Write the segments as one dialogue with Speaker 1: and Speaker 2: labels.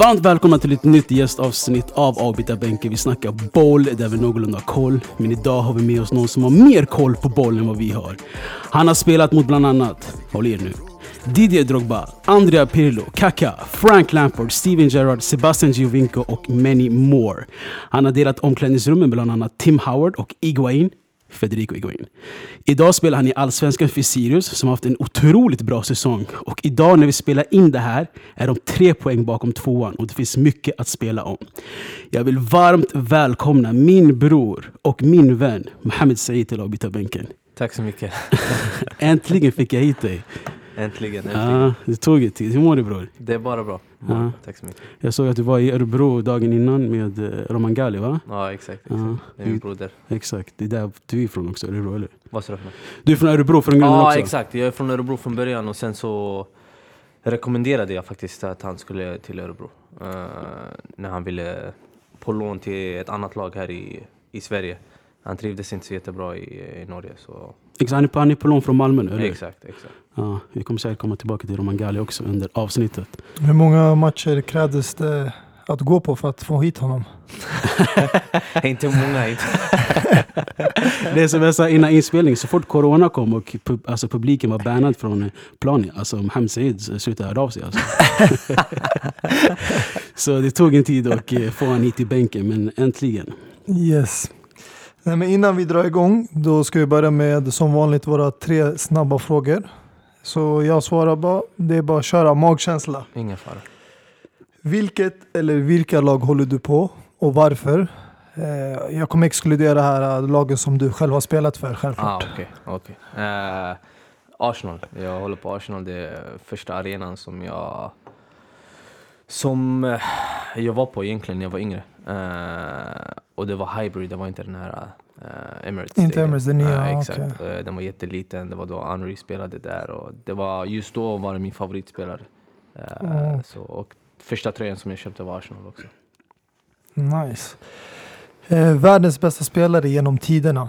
Speaker 1: Varmt välkomna till ett nytt gästavsnitt av Avbytarbänken. Vi snackar boll där vi någorlunda har koll. Men idag har vi med oss någon som har mer koll på boll än vad vi har. Han har spelat mot bland annat, håll er nu, Didier Drogba, Andrea Pirlo, Kaká, Frank Lampard, Steven Gerrard, Sebastian Giovinco och many more. Han har delat omklädningsrum med bland annat Tim Howard och Federico Higuaín. Idag spelar han i Allsvenskan för Sirius som har haft en otroligt bra säsong. Och idag när vi spelar in det här är de 3 poäng bakom tvåan och det finns mycket att spela om. Jag vill varmt välkomna min bror och min vän Mohamed Said till Avbytarbänken.
Speaker 2: Tack så mycket.
Speaker 1: Äntligen fick jag hit dig.
Speaker 2: Äntligen.
Speaker 1: Det tog ett tid. Hur mår du, bror?
Speaker 2: Det är bara bra. Tack så mycket.
Speaker 1: Jag såg att du var i Örebro dagen innan med Roman Gali, va?
Speaker 2: Ja, exakt. Det är min broder.
Speaker 1: Exakt, det är där du är från också, Örebro, eller?
Speaker 2: Vad sa du?
Speaker 1: Du är från Örebro från grunden också?
Speaker 2: Ja, exakt. Jag är från Örebro från början och sen så rekommenderade jag faktiskt att han skulle till Örebro. När han ville på lån till ett annat lag här i Sverige. Han trivdes inte så jättebra i Norge. Så.
Speaker 1: Exakt, han är på lån från Malmö nu, eller?
Speaker 2: Exakt.
Speaker 1: Ja, vi kommer säkert komma tillbaka till Roman Gali också under avsnittet.
Speaker 3: Hur många matcher krävdes det att gå på för att få hit honom?
Speaker 2: Inte många.
Speaker 1: Det är som jag sa innan inspelning, så fort corona kom och publiken var bannad från planen, alltså Mohamed Said slutade höra av sig. Alltså. Så det tog en tid att få han hit i bänken, men äntligen.
Speaker 3: Yes. Nej, men innan vi drar igång, då ska vi börja med som vanligt våra 3 snabba frågor. Så jag svarar bara, det är bara att köra magkänsla.
Speaker 2: Ingen fara.
Speaker 3: Vilket eller vilka lag håller du på och varför? Jag kommer exkludera här lagen som du själv har spelat för, självklart.
Speaker 2: Okej. Arsenal. Jag håller på Arsenal. Det är första arenan som jag var på egentligen när jag var yngre. Och det var hybrid, det var inte den här Emirates.
Speaker 3: Inte Emirates, den nya.
Speaker 2: Exakt.
Speaker 3: Okay.
Speaker 2: Den var jätteliten. Det var då Henry spelade där. Och det var just då var det min favoritspelare. Och första tröjan som jag köpte var Arsenal också.
Speaker 3: Nice. Världens bästa spelare genom tiderna?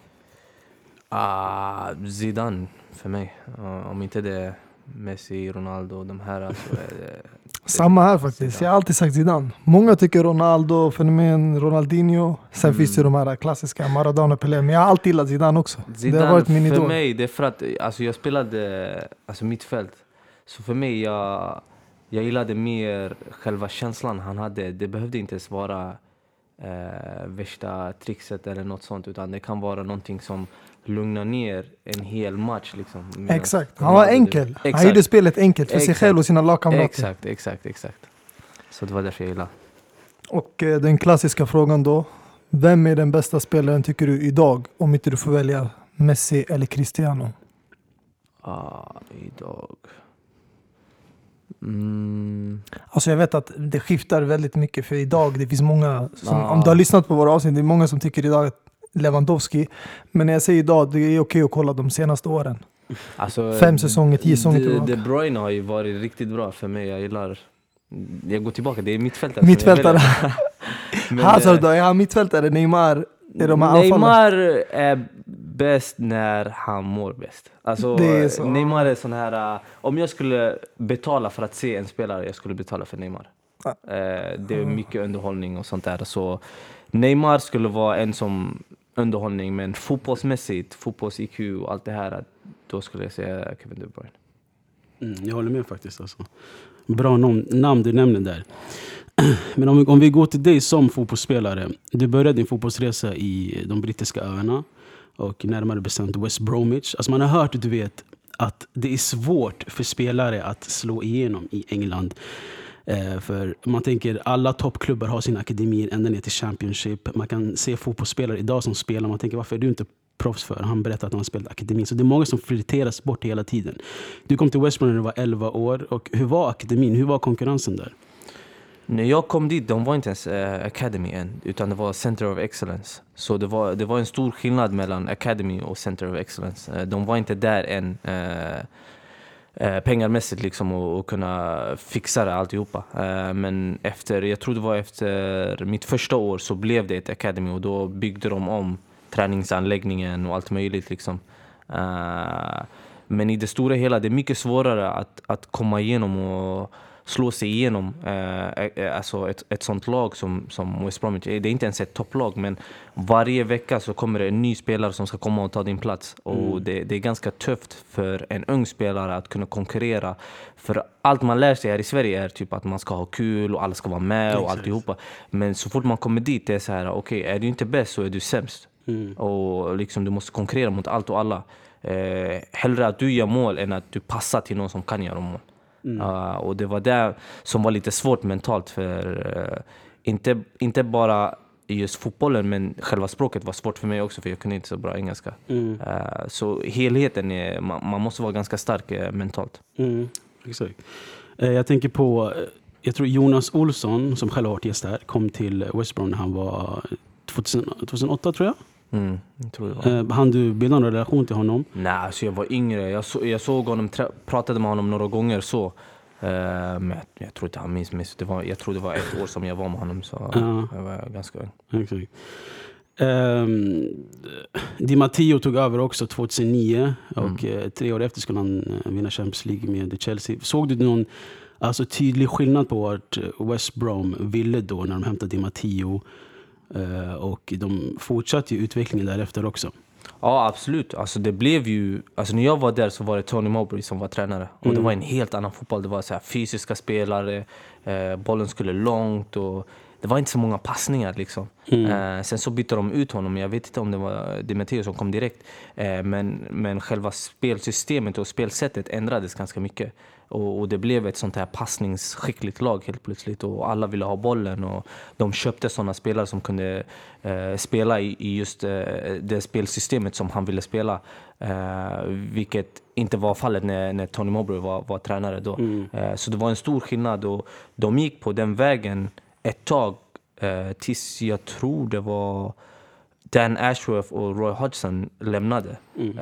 Speaker 2: Zidane för mig. Om inte det är Messi, Ronaldo, de här så är det...
Speaker 3: Samma här faktiskt. Zidane. Jag har alltid sagt Zidane. Många tycker Ronaldo, fenomen Ronaldinho. Sen finns det de här klassiska Maradona, Pelé. Men jag har alltid gillat Zidane också.
Speaker 2: Zidane,
Speaker 3: det har varit min idol.
Speaker 2: För mig, det är för att jag spelade mittfält. Så för mig, jag gillade mer själva känslan han hade. Det behövde inte ens vara värsta trixet eller något sånt. Utan det kan vara någonting som lugnar ner en hel match. Liksom.
Speaker 3: Exakt. Han var enkel. Han gjorde spelet enkelt för sig själv och sina lagkamrater.
Speaker 2: Exakt. Så det var därför jag gillade.
Speaker 3: Och den klassiska frågan då. Vem är den bästa spelaren tycker du idag? Om inte du får välja Messi eller Cristiano.
Speaker 2: Idag...
Speaker 3: Alltså jag vet att det skiftar väldigt mycket för idag. Det finns många som, om du har lyssnat på våra avsnitt, det är många som tycker idag att Lewandowski. Men när jag säger idag, det är okej att kolla de senaste åren.
Speaker 2: Alltså,
Speaker 3: 5 säsonger, 10 säsonger.
Speaker 2: De Bruyne har ju varit riktigt bra för mig. Jag går tillbaka, det är mittfältare.
Speaker 3: Mittfältare. Hazard då, är han mittfältare? Neymar?
Speaker 2: Neymar är bäst när han mår bäst. Alltså, Neymar är sån här... Om jag skulle betala för att se en spelare, jag skulle betala för Neymar. Det är mycket underhållning och sånt där. Så Neymar skulle vara en som underhållning, men fotbollsmässigt, fotbolls-IQ och allt det här, då skulle jag säga Kevin De Bruyne.
Speaker 1: Jag håller med faktiskt. Alltså. Bra namn du nämner där. Men om vi går till dig som fotbollsspelare. Du började din fotbollsresa i de brittiska öarna och närmare bestämt West Bromwich. Alltså man har hört, du vet, att det är svårt för spelare att slå igenom i England. För man tänker alla toppklubbar har sina akademier ända ner till Championship. Man kan se fotbollsspelare idag som spelar. Man tänker, varför är du inte proffs för? Han berättar att han har spelat akademin. Så det är många som flirteras bort hela tiden. Du kom till West Brom när du var 11 år. Och hur var akademin? Hur var konkurrensen där?
Speaker 2: När jag kom dit, de var inte ens Academy än, utan det var Center of Excellence. Så det var en stor skillnad mellan Academy och Center of Excellence. De var inte där än pengarmässigt liksom och kunna fixa det alltihopa. Men jag tror det var efter mitt första år så blev det ett Academy och då byggde de om träningsanläggningen och allt möjligt liksom. Men i det stora hela, det är mycket svårare att komma igenom och slå sig igenom alltså ett sånt lag som West Bromwich. Det är inte ens ett topplag, men varje vecka så kommer det en ny spelare som ska komma och ta din plats. Och det är ganska tufft för en ung spelare att kunna konkurrera. För allt man lär sig här i Sverige är typ att man ska ha kul och alla ska vara med och alltihopa. Men så fort man kommer dit det är så här, okej, är du inte bäst så är du sämst. Och liksom du måste konkurrera mot allt och alla. Hellre att du gör mål än att du passar till någon som kan göra mål. Och det var det som var lite svårt mentalt, för inte bara just fotbollen, men själva språket var svårt för mig också, för jag kunde inte så bra engelska. Så helheten är, man måste vara ganska stark mentalt.
Speaker 1: Exakt. Jag tänker på, jag tror Jonas Olsson som själv har varit gäst här kom till West Brom när han var 2008 tror jag.
Speaker 2: Jag tror det var.
Speaker 1: Han du bildade en relation till honom?
Speaker 2: Nej, alltså jag var yngre. Jag såg honom, pratade med honom några gånger så. Men jag tror inte han minns. Jag tror det var ett år som jag var med honom, så jag var ganska ung.
Speaker 1: Exakt. Di Matteo tog över också 2009 och 3 år efter skulle han vinna Champions League med Chelsea. Såg du någon tydlig skillnad på vart West Brom ville då när de hämtade Di Matteo? Och de fortsatte ju utvecklingen därefter också.
Speaker 2: Ja, absolut. Alltså det blev ju, alltså när jag var där så var det Tony Mowbray som var tränare. Och det var en helt annan fotboll. Det var så här fysiska spelare, bollen skulle långt och det var inte så många passningar liksom. Sen så bytte de ut honom. Jag vet inte om det var Di Matteo som kom direkt. Men själva spelsystemet och spelsättet ändrades ganska mycket. Och det blev ett sånt här passningsskickligt lag helt plötsligt. Och alla ville ha bollen. Och de köpte sådana spelare som kunde spela i just det spelsystemet som han ville spela. Vilket inte var fallet när Tony Mowbray var tränare då. Så det var en stor skillnad. Och de gick på den vägen ett tag tills jag tror det var Dan Ashworth och Roy Hodgson lämnade.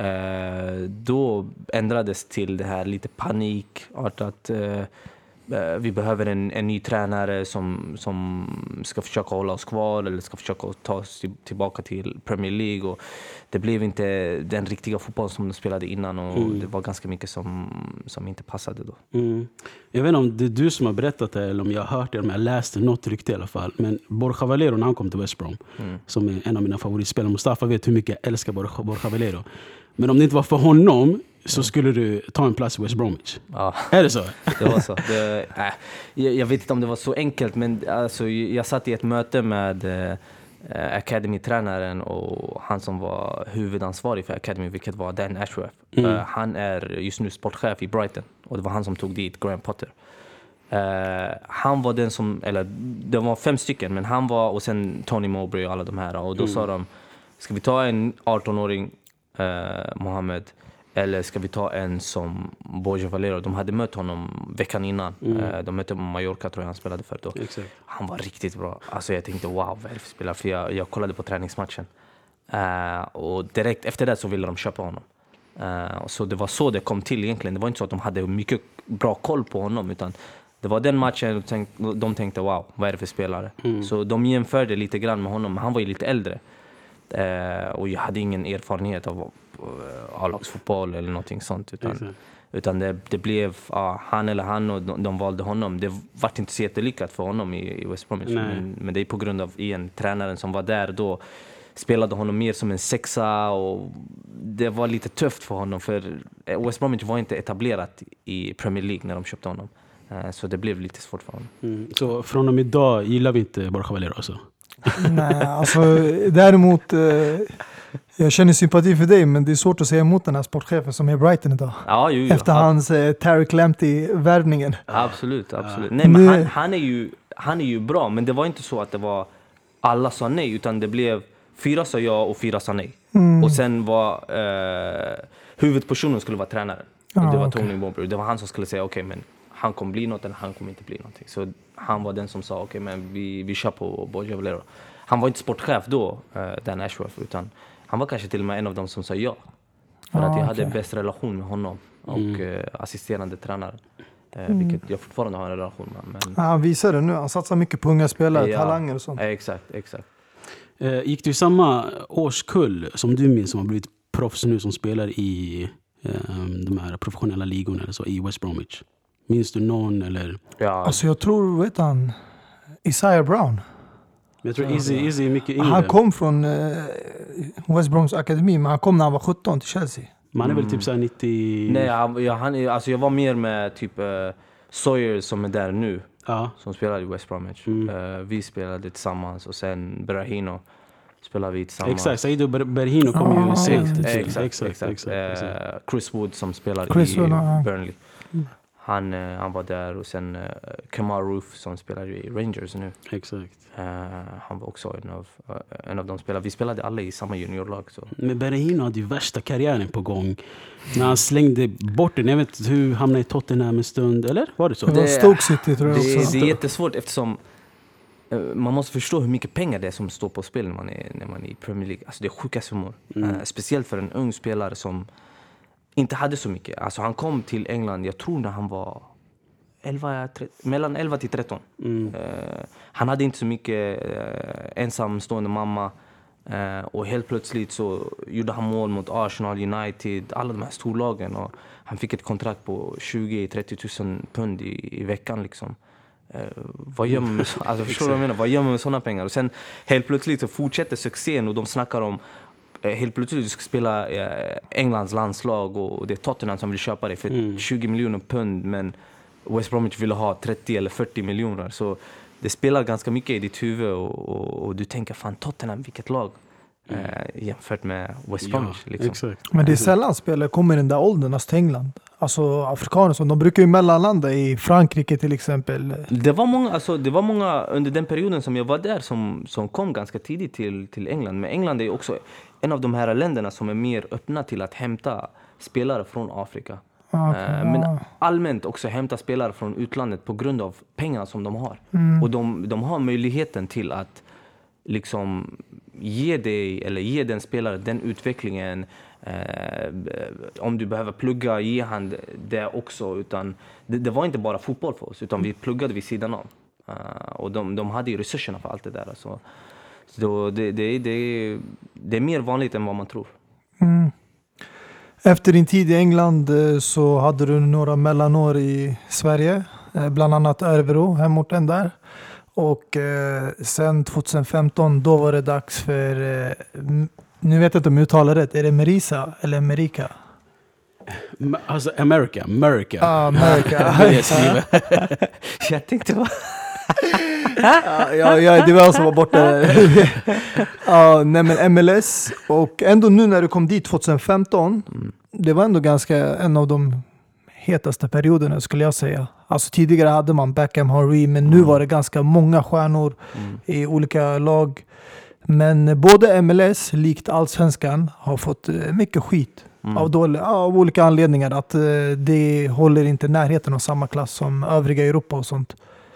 Speaker 2: Då ändrades till det här lite panik att vi behöver en ny tränare som ska försöka hålla oss kvar eller ska försöka ta oss tillbaka till Premier League. Och det blev inte den riktiga fotbollen som de spelade innan och det var ganska mycket som inte passade då.
Speaker 1: Jag vet inte om det är du som har berättat det eller om jag har hört det, men jag läste något rykte i alla fall. Men Borja Valero när han kom till West Brom, som är en av mina favoritspelare, Mustafa vet hur mycket jag älskar Borja Valero. Men om det inte var för honom så skulle du ta en plats i West Bromwich.
Speaker 2: Ja.
Speaker 1: Är det så?
Speaker 2: Det var så. Jag vet inte om det var så enkelt, men alltså, jag satt i ett möte med Academy-tränaren och han som var huvudansvarig för Academy, vilket var Dan Ashworth. Han är just nu sportchef i Brighton och det var han som tog dit Graham Potter. Han var den som, eller det var 5 stycken, men han var och sen Tony Mowbray och alla de här. Och då sa de, ska vi ta en 18-åring Mohammed eller ska vi ta en som Borja Valero? De hade mött honom veckan innan. De mötte Mallorca tror jag han spelade för då.
Speaker 1: Exakt.
Speaker 2: Han var riktigt bra. Alltså jag tänkte wow, vad är det för spelare? För jag kollade på träningsmatchen. Och direkt efter det så ville de köpa honom. Så det var så det kom till egentligen. Det var inte så att de hade mycket bra koll på honom, utan det var den matchen de tänkte wow, vad är det för spelare? Så de jämförde lite grann med honom. Han var ju lite äldre. Och jag hade ingen erfarenhet av A-lagsfotboll eller någonting sånt, utan det blev han eller han och de valde honom. Det var inte så jättelyckat för honom i West Bromwich, men det är på grund av tränaren som var där då spelade honom mer som en sexa och det var lite tufft för honom, för West Bromwich var inte etablerat i Premier League när de köpte honom. Så det blev lite svårt för honom.
Speaker 1: Så från och med idag gillar vi inte Borja Valero alltså?
Speaker 3: Nej, alltså däremot jag känner sympati för dig, men det är svårt att säga emot den här sportchefen som är Brighton idag.
Speaker 2: Ja,
Speaker 3: efter hans Tariq Lamptey-värvningen.
Speaker 2: Absolut. Nej, men han är ju bra, men det var inte så att det var alla sa nej, utan det blev 4 sa ja och 4 sa nej. Och sen var huvudpersonen skulle vara tränaren. Och det var Tony Mowbray. Det var han som skulle säga okej, men han kommer bli något eller han kommer inte bli någonting. Så han var den som sa okej, men vi kör på Borja Valero. Han var inte sportchef då, Dan Ashworth, utan han var kanske till och med en av dem som sa ja. För att jag hade bäst relation med honom och assisterande tränare. Vilket jag fortfarande har en relation med. Men
Speaker 3: han visar det nu, han satsar mycket på unga spelare, talanger och sånt.
Speaker 2: Exakt.
Speaker 1: Gick du i samma årskull som du minns som har blivit proffs nu som spelar i de här professionella ligorna eller så i West Bromwich? Minns du någon eller?
Speaker 2: Ja.
Speaker 3: Alltså jag tror, vet han, Isaiah Brown.
Speaker 1: Jag tror Izzy är mycket yngre.
Speaker 3: Han kom från West Broms akademi, men han kom när han var 17 till Chelsea.
Speaker 1: Man är väl typ såhär 90...
Speaker 2: Nej, alltså jag var mer med typ Sawyer som är där nu.
Speaker 1: Ja.
Speaker 2: Som spelade i West Bromwich. Vi spelade tillsammans och sen Berahino spelade vi tillsammans.
Speaker 1: Exakt, Saïd och Berahino kom ju sent.
Speaker 2: Exakt. Chris Wood som spelar i Burnley. Han var där och sen Kamal Roof som spelar i Rangers nu.
Speaker 1: Exakt.
Speaker 2: Han var också en av de spelarna. Vi spelade alla i samma juniorlag. Så.
Speaker 1: Men Berahino hade ju värsta karriären på gång. När han slängde bort den. Jag vet inte hur hamnade i Tottenham en stund. Eller var det så?
Speaker 3: Det var Stoke City tror jag också.
Speaker 2: Det är jättesvårt eftersom man måste förstå hur mycket pengar det är som står på spel när man är i Premier League. Alltså det är sjuka summor. Speciellt för en ung spelare som inte hade så mycket. Alltså han kom till England, jag tror när han var mellan 11 till 13. Han hade inte så mycket ensamstående mamma. Och helt plötsligt så gjorde han mål mot Arsenal, United, alla de här storlagen. Och han fick ett kontrakt på 20-30 000 pund i veckan liksom. Vad gör man med alltså, förstår du vad jag menar? Vad gör man med sådana pengar? Och sen helt plötsligt så fortsätter succén och de snackar om helt plötsligt du ska spela Englands landslag och det är Tottenham som vill köpa dig för 20 miljoner pund, men West Bromwich ville ha 30 eller 40 miljoner. Så det spelar ganska mycket i ditt huvud och du tänker fan Tottenham, vilket lag jämfört med West Bromwich. Liksom.
Speaker 1: Exakt.
Speaker 3: Men det är sällan spelare kommer i den där åldern till England. Alltså afrikaner som de brukar ju mellanlanda i Frankrike till exempel.
Speaker 2: Det var många under den perioden som jag var där som kom ganska tidigt till England. Men England är också en av de här länderna som är mer öppna till att hämta spelare från Afrika. Okay. Men allmänt också hämta spelare från utlandet på grund av pengarna som de har. Och de har möjligheten till att liksom ge den spelare den utvecklingen. Om du behöver plugga, ge han det också. Utan det var inte bara fotboll för oss, utan vi pluggade vid sidan av. Och de hade ju resurserna för allt det där. Så det är mer vanligt än vad man tror.
Speaker 3: Efter din tid i England så hade du några mellanår i Sverige. Bland annat Örebro, hemorten där. Och sen 2015 då var det dags för... nu vet jag inte om jag uttalar rätt. Är det Merisa eller Merika?
Speaker 1: Alltså America.
Speaker 2: Jag tänkte vad...
Speaker 3: det var som var borta. Nej men MLS. Och ändå nu när du kom dit 2015. Det var ändå ganska en av de hetaste perioderna skulle jag säga. Alltså tidigare hade man Beckham, Henry, men nu var det ganska många stjärnor i olika lag. Men både MLS, likt Allsvenskan, har fått mycket skit av olika anledningar. Att det håller inte närheten av samma klass som övriga Europa och sånt.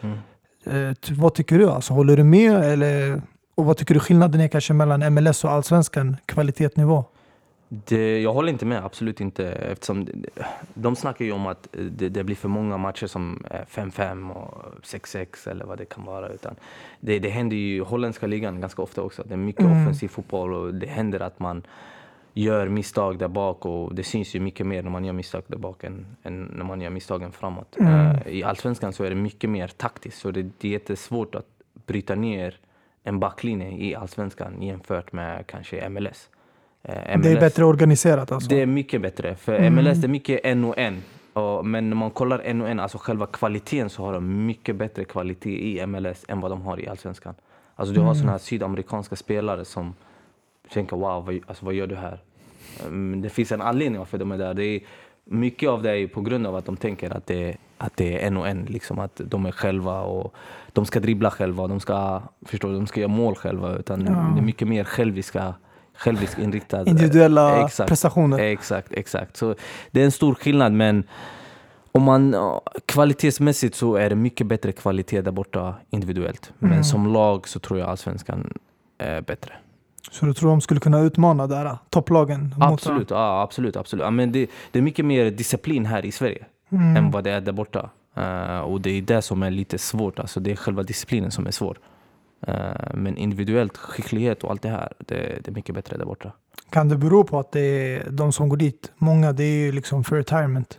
Speaker 3: Vad tycker du? Alltså, håller du med? Eller, och vad tycker du skillnaden är kanske mellan MLS och Allsvenskan, kvalitetsnivå?
Speaker 2: Jag håller inte med, absolut inte. Eftersom de snackar ju om att det blir för många matcher som 5-5 och 6-6 eller vad det kan vara. Utan det händer ju i holländska ligan ganska ofta också. Det är mycket offensiv fotboll och det händer att man gör misstag där bak. Och det syns ju mycket mer när man gör misstag där bak än när man gör misstagen framåt. I Allsvenskan så är det mycket mer taktiskt. Så det är jättesvårt att bryta ner en backlinje i Allsvenskan jämfört med kanske MLS.
Speaker 3: Det är bättre organiserat alltså?
Speaker 2: Det är mycket bättre. För MLS det är mycket en och en. Men när man kollar en och en, alltså själva kvaliteten, så har de mycket bättre kvalitet i MLS än vad de har i Allsvenskan. Alltså du har såna här sydamerikanska spelare som tänker wow, vad gör du här? Det finns en anledning för de är där. Det är mycket av det är på grund av att de tänker att det är en och en. Liksom, att de är själva och de ska dribbla själva. De ska göra mål själva. Utan det är mycket mer självisk inriktad.
Speaker 3: Individuella prestationer.
Speaker 2: Exakt. Så det är en stor skillnad, men om man kvalitetsmässigt så är det mycket bättre kvalitet där borta individuellt. Men som lag så tror jag Allsvenskan är bättre.
Speaker 3: Så du tror de skulle kunna utmana där topplagen?
Speaker 2: Absolut. Men det är mycket mer disciplin här i Sverige än vad det är där borta. Och det är det som är lite svårt. Alltså det är själva disciplinen som är svår. Men individuellt skicklighet och allt det här, det är mycket bättre där borta.
Speaker 3: Kan det bero på att det är de som går dit, många det är ju liksom för retirement?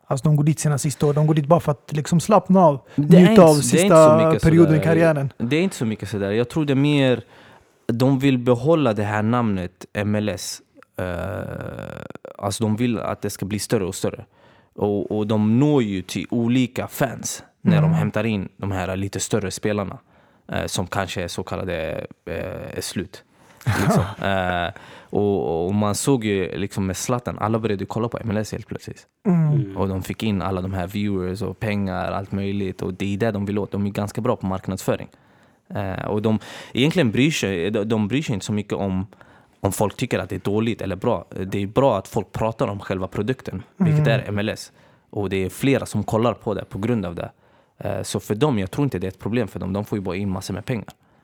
Speaker 3: Alltså de går dit sina sista år. De går dit bara för att liksom slappna av. Njuta av sista perioden i karriären.
Speaker 2: Det är inte så mycket sådär. Jag tror det är mer... De vill behålla det här namnet MLS. Alltså de vill att det ska bli större och större. Och de når ju till olika fans när de hämtar in de här lite större spelarna. Som kanske är så kallade slut. Liksom. Och man såg ju liksom med Zlatan, alla började kolla på MLS helt plötsligt. Och de fick in alla de här viewers och pengar, allt möjligt. Och det är det de vill åt. De är ganska bra på marknadsföring. Och de egentligen bryr sig inte så mycket om folk tycker att det är dåligt eller bra. Det är bra att folk pratar om själva produkten, vilket är MLS. Och det är flera som kollar på det på grund av det. Så för dem, jag tror inte det är ett problem för dem. De får ju bara in massor med pengar.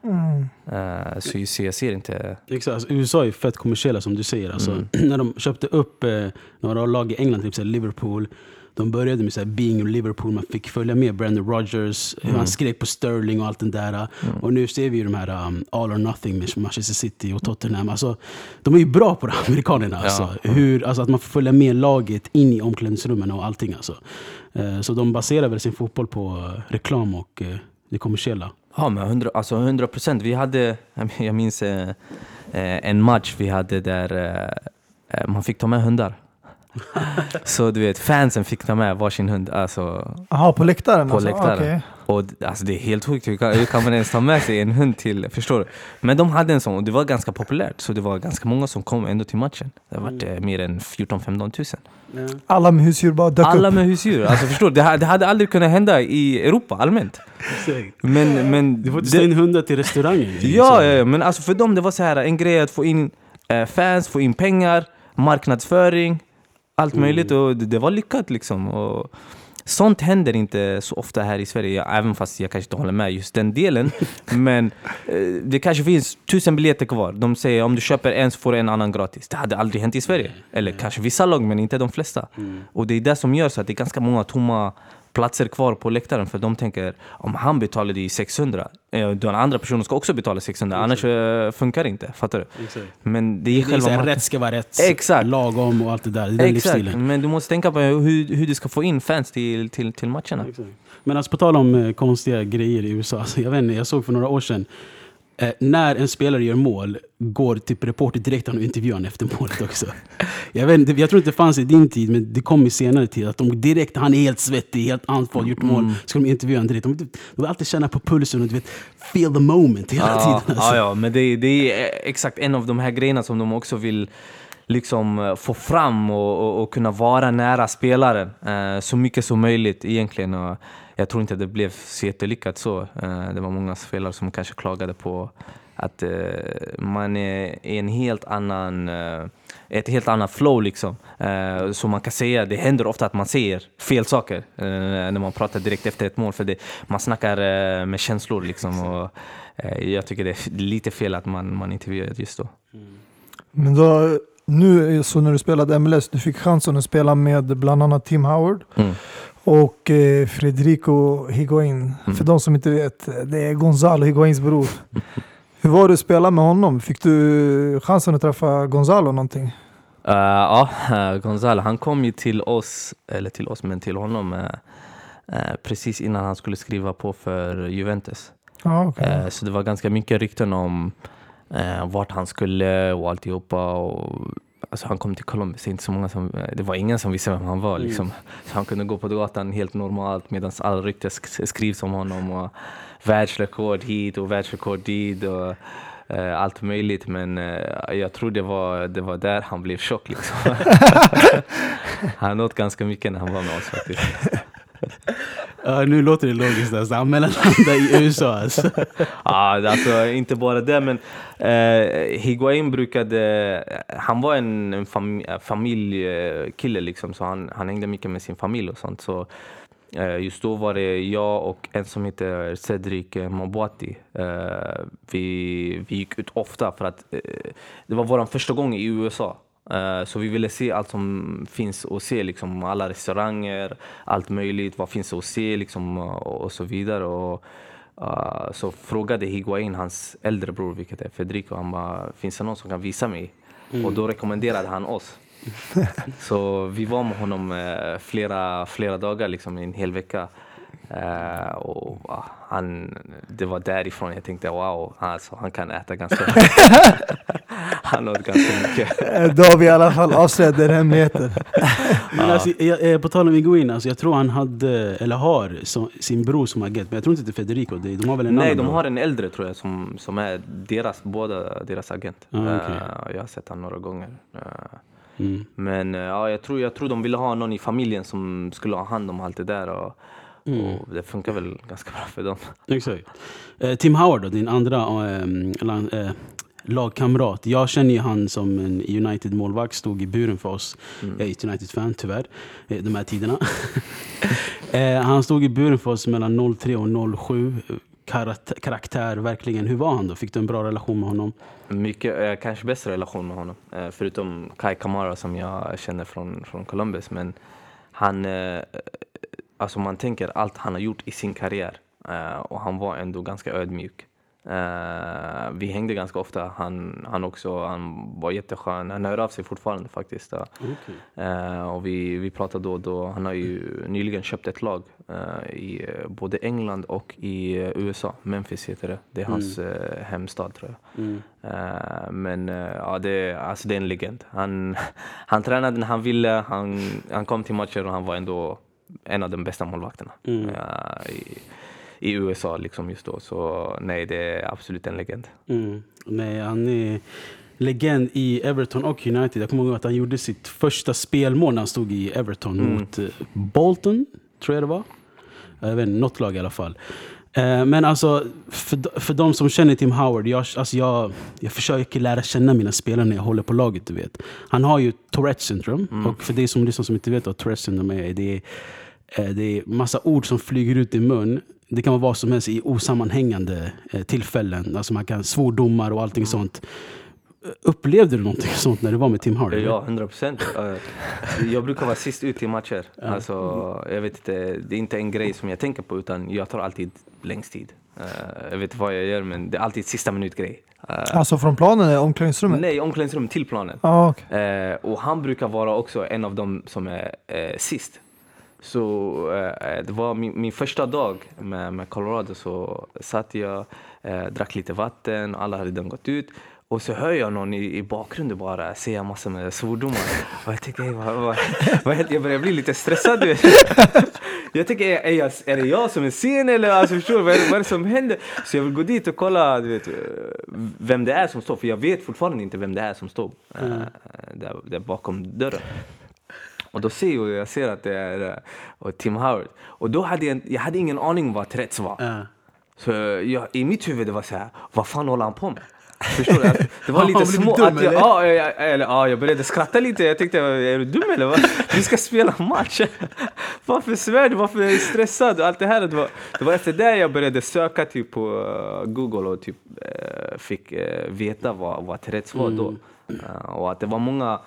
Speaker 2: Så jag ser inte...
Speaker 1: Exakt, alltså, USA är fett kommersiella som du säger. Alltså, när de köpte upp några lag i England, typ Liverpool, de började med så här, being Liverpool, man fick följa med Brendan Rodgers, han skrek på Sterling och allt det där. Och nu ser vi ju de här All or Nothing med Manchester City och Tottenham. Alltså, de är ju bra på det, amerikanerna. Alltså. Alltså att man får följa med laget in i omklädningsrummen och allting. Alltså. Så de baserar väl sin fotboll på reklam och det kommersiella.
Speaker 2: Ja, men 100%. Vi hade, jag minns en match vi hade där man fick ta med hundar. Så du vet, fansen fick ta med varsin hund. Alltså,
Speaker 3: på läktaren?
Speaker 2: På läktaren. Okay. Och alltså, det är helt sjukt. Hur kan man ens ta med sig en hund till? Förstår du? Men de hade en sån och det var ganska populärt. Så det var ganska många som kom ändå till matchen. Det var mer än 14-15 000.
Speaker 3: Alla med husdjur bara dök upp.
Speaker 2: Alla med husdjur. Alltså förstår du? Det hade aldrig kunnat hända i Europa allmänt. Men
Speaker 1: du får inte in hundar till restaurangen.
Speaker 2: Ja, men alltså för dem det var så här en grej att få in fans, få in pengar, marknadsföring, allt möjligt, och det var lyckat liksom. Och sånt händer inte så ofta här i Sverige, även fast jag kanske inte håller med just den delen. Men det kanske finns 1000 biljetter kvar. De säger om du köper en så får du en annan gratis. Det hade aldrig hänt i Sverige. Eller kanske vissa lag, men inte de flesta. Och det är det som gör så att det är ganska många tomma platser kvar på läktaren, för de tänker om han betalade i 600, den andra personen ska också betala 600, annars funkar det inte, fattar du? Exakt. Men det är själva
Speaker 1: rätt ska vara rätt.
Speaker 2: Exakt.
Speaker 1: Lagom och allt det där, det är livsstilen.
Speaker 2: Men du måste tänka på hur du ska få in fans till matcherna.
Speaker 1: Exakt. Men alltså på tal om konstiga grejer i USA, alltså, jag såg för några år sedan när en spelare gör mål går typ reporter direkt och intervjuar han efter målet också. Jag tror inte det fanns i din tid, men det kom i senare tid att de direkt, han är helt svettig, helt andfådd, gjort mål, ska de intervjua honom direkt. De vill alltid känna på pulsen och du vet, feel the moment hela tiden. Alltså.
Speaker 2: Ja, men det är exakt en av de här grejerna som de också vill liksom få fram och kunna vara nära spelaren så mycket som möjligt egentligen. Och jag tror inte det blev så jättelyckat så. Det var många spelare som kanske klagade på att man är en helt annan, ett helt annat flow liksom. Så man kan säga, det händer ofta att man säger fel saker när man pratar direkt efter ett mål, för man snackar med känslor liksom. Och jag tycker det är lite fel att man intervjuar just då.
Speaker 3: Men då, nu så när du spelade MLS, du fick chansen att spela med bland annat Tim Howard och Federico Higuain. För de som inte vet, det är Gonzalo Higuains bror. Hur var det att spela med honom? Fick du chansen att träffa Gonzalo någonting?
Speaker 2: Ja, Gonzalo, han kom ju till honom precis innan han skulle skriva på för Juventus.
Speaker 3: Okay.
Speaker 2: Så det var ganska mycket rykten om vart han skulle och alltihopa. Och alltså han kom till Colombia, så inte så många det var ingen som visste vem han var liksom. Så han kunde gå på gatan helt normalt medan alla rykten skrivs om honom och världsrekord hit och världsrekord dit och allt möjligt, men jag tror det var där han blev chock liksom. Han åt ganska mycket när han var med oss faktiskt.
Speaker 1: Nu låter det logiskt alltså. Han mellanlanda i USA alltså.
Speaker 2: Alltså inte bara det, men Higuain han var en familjekille liksom, så han hängde mycket med sin familj och sånt, så just då var det jag och en som heter Cedric Mabuati. Vi gick ut ofta för att det var vår första gång i USA. Så vi ville se allt som finns att se, liksom, alla restauranger, allt möjligt, vad finns att se liksom, och så vidare. Och så frågade Higuain hans äldre bror, vilket är Federico, han bara, finns det någon som kan visa mig? Och då rekommenderade han oss. Så vi var med honom flera dagar, liksom en hel vecka. Och det var därifrån jag tänkte wow, alltså, han kan äta ganska han åt ganska mycket.
Speaker 3: Då har vi i alla fall avslöjat den hemligheten.
Speaker 1: Men alltså, på tal om Higuain, alltså, jag tror han hade eller har sin bror som agent, men jag tror inte det är Federico. De har väl en
Speaker 2: Nej,
Speaker 1: annan
Speaker 2: de
Speaker 1: bror.
Speaker 2: har en äldre tror jag som är deras agent.
Speaker 1: Okay.
Speaker 2: Jag har sett han några gånger. Men jag tror de ville ha någon i familjen som skulle ha hand om allt det där och det funkar väl ganska bra för dem.
Speaker 1: Exakt. Tim Howard då, din andra lagkamrat. Jag känner ju han som en United-målvakt, stod i buren för oss. Jag är ett United-fan tyvärr, de här tiderna. Han stod i buren för oss mellan 03 och 07. Karaktär, verkligen. Hur var han då? Fick du en bra relation med honom?
Speaker 2: Mycket, kanske bästa relation med honom. Förutom Kai Kamara som jag känner från Columbus. Men han, alltså man tänker allt han har gjort i sin karriär. Och han var ändå ganska ödmjuk. Vi hängde ganska ofta. Han var jätteskön. Han hör av sig fortfarande faktiskt. Okay. Och vi pratade då. Han har ju nyligen köpt ett lag i både England och i USA. Memphis heter det. Det är hans hemstad tror jag. Men det är en legend. Han tränade när han ville. Han kom till matcher och han var ändå en av de bästa målvakterna i USA liksom just då. Så nej, det är absolut en legend.
Speaker 1: Nej, han är legend i Everton och United. Jag kommer ihåg att han gjorde sitt första spelmål när han stod i Everton mot Bolton, tror jag det var. Jag vet inte, något lag i alla fall. Men alltså, för de som känner Tim Howard, jag försöker lära känna mina spelare när jag håller på laget, du vet. Han har ju Tourette syndrom, och för det som lyssnar som inte vet vad Tourette syndrom är, det är massa ord som flyger ut i mun. Det kan vara vad som helst i osammanhängande tillfällen. Alltså man kan svordomar och allting sånt. Upplevde du någonting sånt när du var med Tim Howard?
Speaker 2: Ja, 100%. Jag brukar vara sist ut i matcher. Alltså, jag vet inte, det är inte en grej som jag tänker på, utan jag tar alltid längst tid. Jag vet inte vad jag gör, men det är alltid sista minut grej.
Speaker 3: Alltså från planen eller omklädningsrummet?
Speaker 2: Nej, omklädningsrummet till planen.
Speaker 3: Okay.
Speaker 2: Och han brukar vara också en av dem som är sist. Så det var min första dag med Colorado, så satt jag, drack lite vatten, alla hade redan gått ut. Och så hör jag någon i bakgrunden bara säga massor med svordomar. Och jag tänker, jag börjar bli lite stressad. Du vet. Jag tänker, är det jag som är sen eller alltså, förstår vad är det som händer? Så jag vill gå dit och kolla, du vet, vem det är som står. För jag vet fortfarande inte vem det är som står där bakom dörren. Och då ser jag att det är Tim Howard. Och då hade jag hade ingen aning vad Tourettes var. Så i mitt huvud det var så här, vad fan håller han på med? Förstår du? Det var lite små att jag började skratta lite. Jag tänkte, är du dum eller vad? Vi ska spela match. Varför svär du? Varför är du stressad? Allt det här. Det var efter det jag började söka typ på Google och typ fick veta vad Tourettes var då. Och att det var många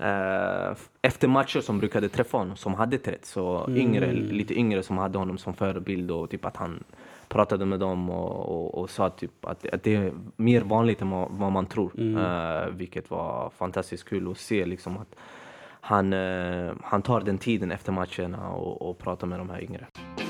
Speaker 2: efter matcher som brukade träffa honom som hade Tourettes, så lite yngre som hade honom som förebild, och typ att han pratade med dem och sa typ att det är mer vanligt än vad man tror, vilket var fantastiskt kul att se liksom, att han tar den tiden efter matcherna och pratar med de här yngre.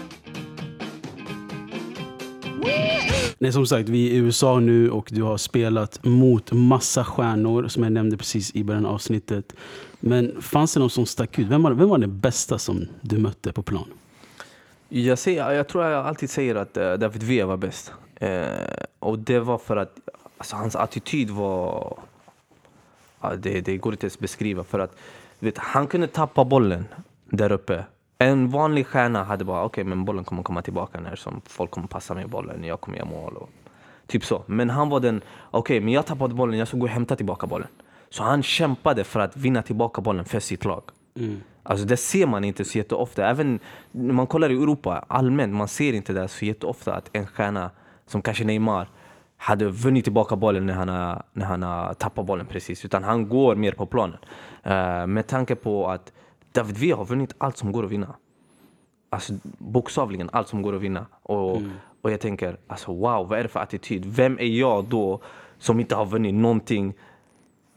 Speaker 1: Nej, som sagt, vi är i USA nu och du har spelat mot massa stjärnor som jag nämnde precis i början av avsnittet. Men fanns det någon som stack ut? Vem var det bästa som du mötte på plan?
Speaker 2: Jag tror jag alltid säger att David Villa var bäst. Och det var för att alltså, hans attityd var... Det går inte att beskriva. För att han kunde tappa bollen där uppe. En vanlig stjärna hade bara, okej, men bollen kommer komma tillbaka när som folk kommer passa med bollen, jag kommer göra mål och typ så. Men han var den, okej, men jag tappade bollen, jag ska gå och hämta tillbaka bollen. Så han kämpade för att vinna tillbaka bollen för sitt lag. Alltså det ser man inte så jätteofta. Även när man kollar i Europa allmänt, man ser inte det så jätteofta att en stjärna som kanske Neymar hade vunnit tillbaka bollen när han har tappat bollen precis. Utan han går mer på planen. Med tanke på att David Villa har vunnit allt som går att vinna. Alltså bokstavligen allt som går att vinna. Och jag tänker, alltså wow, vad är det för attityd? Vem är jag då som inte har vunnit någonting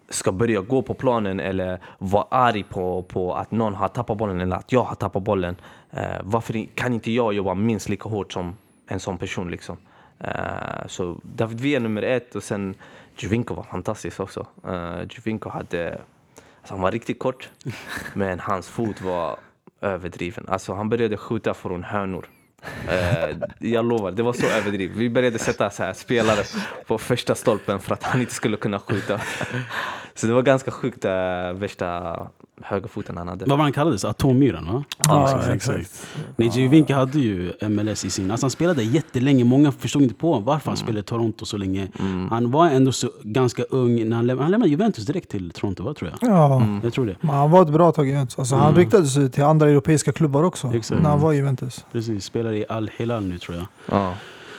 Speaker 2: ska börja gå på planen eller vara arg på att någon har tappat bollen eller att jag har tappat bollen. Varför kan inte jag jobba minst lika hårt som en sån person liksom? Så David Villa nummer 1 och sen Giovinco var fantastisk också. Giovinco hade, alltså han var riktigt kort men hans fot var överdriven. Alltså han började skjuta från hörnor. Jag lovar, det var så överdrivet. Vi började sätta så här spelare på första stolpen för att han inte skulle kunna skjuta. Så det var ganska sjukt, värsta högerfoten han hade.
Speaker 1: Vad var han kallades? Atommyran, va?
Speaker 3: Ja, exakt.
Speaker 1: Giovinco hade ju MLS i sin. Alltså han spelade jättelänge. Många förstod inte på varför han spelade Toronto så länge. Han var ändå så ganska ung när han lämnade Juventus direkt till Toronto, va, tror jag.
Speaker 3: Ja,
Speaker 1: jag tror det.
Speaker 3: Men han var ett bra tag i Juventus. Alltså, han riktade sig till andra europeiska klubbar också.
Speaker 1: Exakt.
Speaker 3: När han var i Juventus.
Speaker 1: Precis, spelar i Al Hilal nu, tror jag.
Speaker 2: Ja.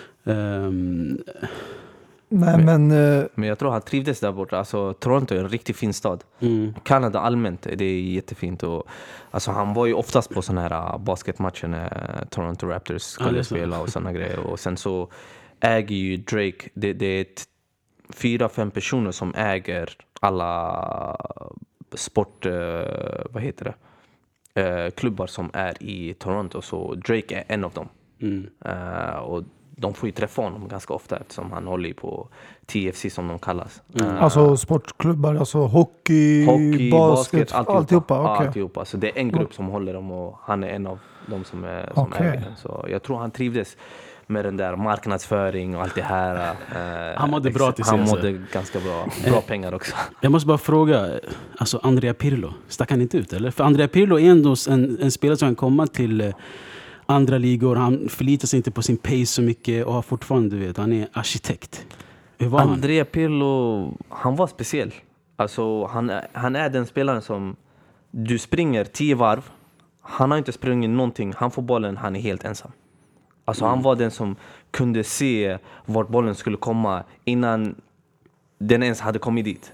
Speaker 3: Nej, men
Speaker 2: jag tror han trivdes där borta. Alltså, Toronto är en riktigt fin stad. Kanada allmänt, det är jättefint. Och, alltså, han var ju oftast på såna här basketmatcher när Toronto Raptors skulle spela och såna grejer. Och sen så äger ju Drake, det är 4-5 personer som äger alla sport, vad heter det, klubbar som är i Toronto. Så Drake är en av dem. Och de får ju träffa honom ganska ofta eftersom han håller på TFC som de kallas.
Speaker 3: alltså sportklubbar, alltså hockey basket, alltihopa. Okay.
Speaker 2: Alltihopa. Så det är en grupp som håller dem och han är en av dem som äger den. Så jag tror han trivdes med den där marknadsföring och allt det här.
Speaker 1: Han mådde bra till
Speaker 2: Han mådde ganska bra pengar också.
Speaker 1: Jag måste bara fråga, alltså Andrea Pirlo, stack han inte ut eller? För Andrea Pirlo är ändå en spelare som kan komma till andra ligor. Han förlitar sig inte på sin pace så mycket och har fortfarande, du vet, han är arkitekt. Hur var
Speaker 2: Andrea Pirlo, han var speciell. Alltså han är den spelaren som du springer 10 varv. Han har inte sprungit någonting. Han får bollen, han är helt ensam. Alltså han var den som kunde se vart bollen skulle komma innan den ens hade kommit dit.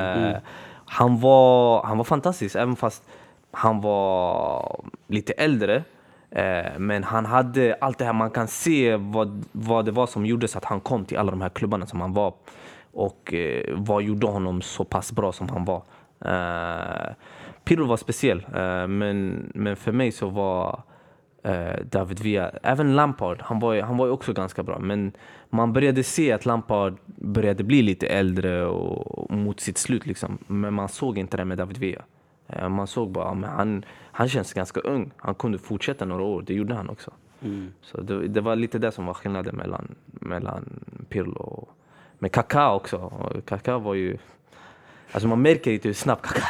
Speaker 2: Han var fantastisk, även fast han var lite äldre. Men han hade allt det här, man kan se vad det var som gjorde så att han kom till alla de här klubbarna som han var. Och vad gjorde honom så pass bra som han var. Pirlo var speciell, men för mig så var David Villa, även Lampard, han var ju också ganska bra. Men man började se att Lampard började bli lite äldre och mot sitt slut liksom. Men man såg inte det med David Villa. Man såg bara, men han känns ganska ung. Han kunde fortsätta några år, det gjorde han också. Så det var lite det som var skillnaden mellan Pirlo med Kaká också. Och Kaká var ju, alltså man märker inte hur snabb Kaká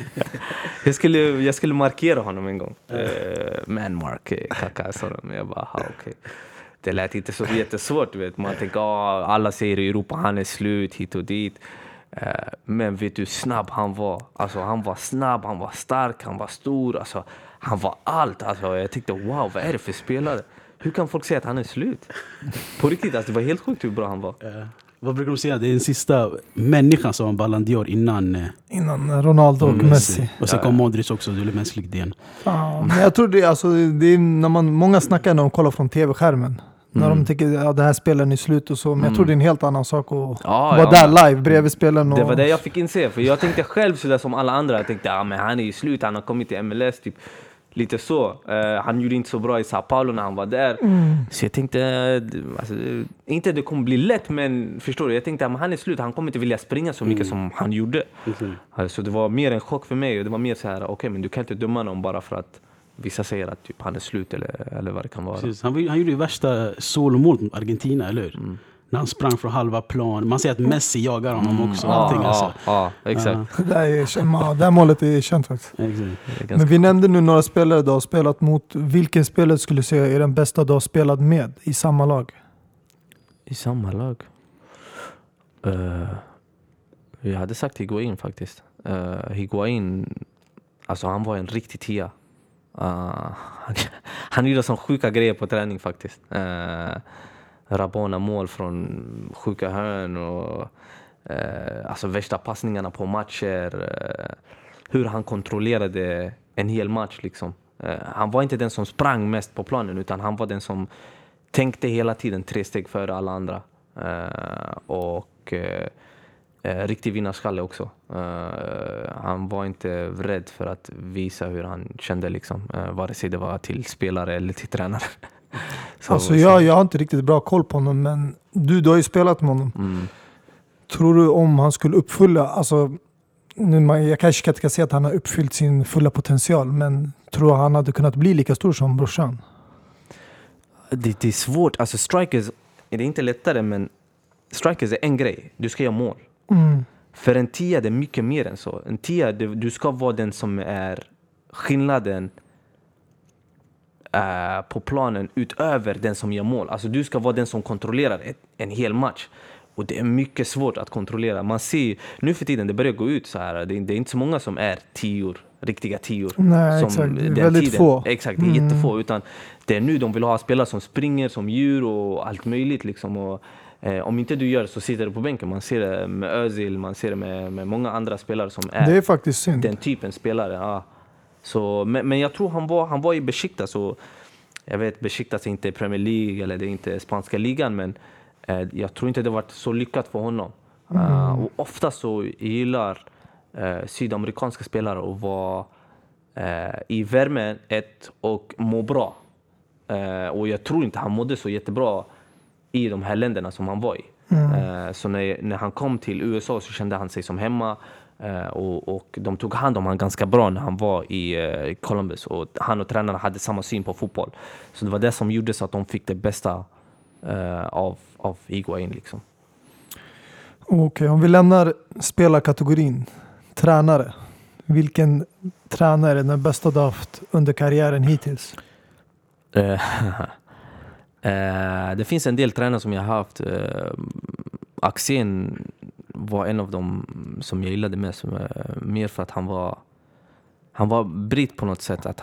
Speaker 2: är. jag skulle markera honom en gång. Man-mark Kaká, sa de. Jag bara, okej. Det lät inte så jättesvårt, du vet. Man tänker, alla säger i Europa, han är slut hit och dit. Men vet du hur snabb han var? Alltså han var snabb, han var stark, han var stor, alltså han var allt. Alltså jag tänkte, wow, vad är det för spelare? Hur kan folk säga att han är slut? På riktigt, alltså det var helt sjukt hur bra han var.
Speaker 1: Vad brukar de säga? Det är den sista människan som var Ballon d'Or innan
Speaker 3: Ronaldo och Messi.
Speaker 1: Och sen kom Modric också, det är mänskligt igen.
Speaker 3: Men jag tror det är när många snackar när de kollar från tv-skärmen. När de tycker att det här spelen är slut och så. Men jag tror det är en helt annan sak att vara där live bredvid spelen.
Speaker 2: Det var det jag fick inse. För jag tänkte själv sådär som alla andra. Jag tänkte, men han är ju slut. Han har kommit till MLS typ. Lite så. Han gjorde inte så bra i Sao Paulo när han var där. Så jag tänkte, alltså, inte det kommer bli lätt, men förstår du? Jag tänkte, han är slut. Han kommer inte vilja springa så mycket som han gjorde. Så det var mer en chock för mig. Och det var mer så här, okej, men du kan inte döma någon bara för att vissa säger att typ, han är slut eller vad det kan vara.
Speaker 1: Precis. Han gjorde ju värsta solomål mot Argentina, eller hur? När han sprang från halva plan. Man ser att Messi jagar honom också.
Speaker 2: Exakt.
Speaker 3: Det här målet är känt faktiskt. Men vi nämnde nu några spelare du har spelat mot. Vilken spelare skulle du säga är den bästa du har spelat med i samma lag?
Speaker 2: I samma lag? Jag hade sagt Higuain faktiskt. Higuain, alltså han var en riktig tia. Han gjorde sån sjuka grejer på träning faktiskt. Rabona mål från sjuka hörn och alltså värsta passningarna på matcher. Hur han kontrollerade en hel match liksom. Han var inte den som sprang mest på planen, utan han var den som tänkte hela tiden 3 steg före alla andra. Och riktig vinnarskalle också. Han var inte rädd för att visa hur han kände liksom, vare sig det var till spelare eller till tränare.
Speaker 3: Alltså jag har inte riktigt bra koll på honom, men du har ju spelat med honom. Tror du om han skulle uppfylla, alltså jag kanske inte kan säga att han har uppfyllt sin fulla potential, men tror han hade kunnat bli lika stor som brorsan?
Speaker 2: Det är svårt, alltså strikers, det är inte lättare, men strikers är en grej, du ska göra mål. För en 10 det är mycket mer än så. En 10, du ska vara den som är skillnaden på planen utöver den som gör mål. Alltså du ska vara den som kontrollerar en hel match. Och det är mycket svårt att kontrollera. Man ser nu för tiden, det börjar gå ut så här. Det är inte så många som är 10, riktiga 10.
Speaker 3: Nej, exakt. Det är väldigt få.
Speaker 2: Exakt, det är jättefå. Utan det är nu de vill ha spelare som springer som djur och allt möjligt liksom. Och om inte du gör så sitter du på bänken. Man ser det med Özil, man ser det med många andra spelare som är,
Speaker 3: det är faktiskt synd.
Speaker 2: Den typen spelare. Ja. Så, men jag tror han var i Besiktas. Så jag vet, Besiktas är inte Premier League eller det är inte spanska ligan, men jag tror inte det varit så lyckat för honom. Och ofta så gillar sydamerikanska spelare att vara i värmen och må bra. Och jag tror inte han mådde så jättebra i de här länderna som han var i. Så när han kom till USA så kände han sig som hemma. Och de tog hand om han ganska bra när han var i Columbus. Och han och tränarna hade samma syn på fotboll. Så det var det som gjorde så att de fick det bästa av Higuain liksom.
Speaker 3: Okej, om vi lämnar spelarkategorin, tränare. Vilken tränare är den bästa du haft under karriären hittills?
Speaker 2: Det finns en del tränare som jag har haft. Axén var en av dem som jag gillade mest. Mer för att han var britt på något sätt. Att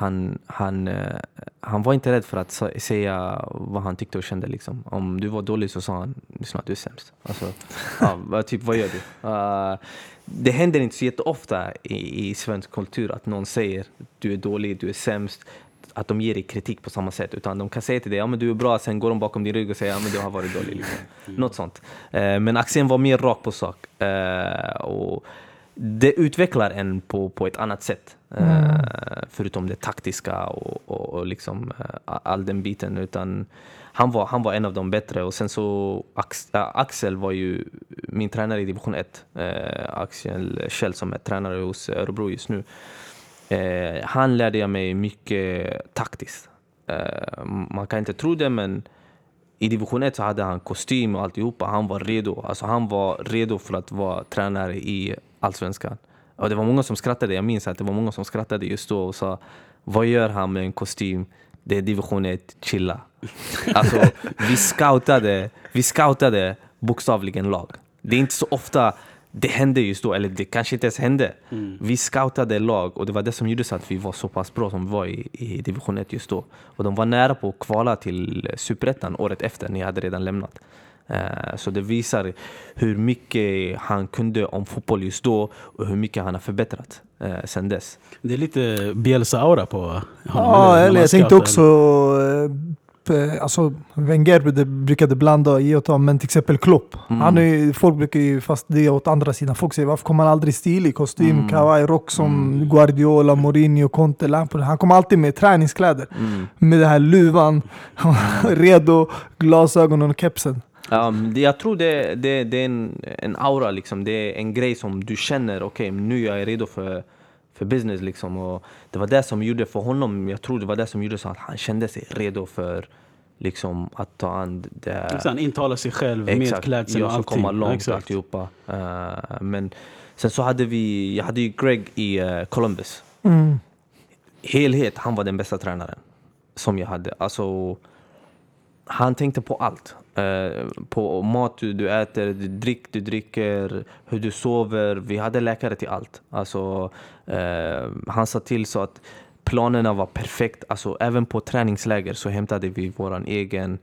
Speaker 2: han var inte rädd för att säga vad han tyckte och kände. Liksom. Om du var dålig så sa han, lyssna, du är sämst. Alltså, typ, vad gör du? Det händer inte så jätteofta i svensk kultur att någon säger du är dålig, du är sämst. Att de ger dig kritik på samma sätt. Utan de kan säga till dig, ja men du är bra. Sen går de bakom din rygg och säger, ja men du har varit dålig. Liksom. Något sånt. Men Axén var mer rak på sak. Och det utvecklar en på ett annat sätt. Förutom det taktiska och liksom all den biten. Utan han var en av de bättre. Och sen så Axel var ju min tränare i division 1. Axel Kjell som är tränare hos Örebro just nu. Han lärde jag mig mycket taktiskt. Man kan inte tro det, men i division 1 så hade han kostym och alltihopa. Han var redo. Alltså han var redo för att vara tränare i Allsvenskan. Och det var många som skrattade. Jag minns att det var många som skrattade just då och sa, vad gör han med en kostym? Det är division 1, chilla. Alltså vi scoutade bokstavligen lag. Det är inte så ofta det hände just då, eller det kanske inte ens hände. Vi scoutade lag och det var det som gjorde så att vi var så pass bra som vi var i division 1 just då. Och de var nära på att kvala till Superettan året efter, när jag hade redan lämnat. Så det visar hur mycket han kunde om fotboll just då och hur mycket han har förbättrat sen dess.
Speaker 1: Det är lite Bielsa-aura på honom.
Speaker 3: Ja, eller jag tänkte också alltså Wenger brukade blanda i och ta, men till exempel Klopp. Folk brukar ju fast det åt andra sidan. Folk säger, varför kommer han aldrig stil i kostym, kavaj, rock som Guardiola, Mourinho, Conte, Lampard. Han kommer alltid med träningskläder. Med det här luvan, redo, glasögonen och kepsen.
Speaker 2: Jag tror det är en aura liksom. Det är en grej som du känner, okej, nu är jag redo för business liksom. Och det var det som gjorde för honom, jag tror det var det som gjorde så att han kände sig redo för liksom att ta an det.
Speaker 1: Han intalar sig själv med klädseln och allting.
Speaker 2: Komma långt alltihopa. Men sen så hade jag hade ju Greg i Columbus. Helhet, han var den bästa tränaren som jag hade. Alltså han tänkte på allt. På mat du äter, du dricker, hur du sover. Vi hade läkare till allt. Alltså, han sa till så att planerna var perfekt. Alltså, även på träningsläger så hämtade vi våran egen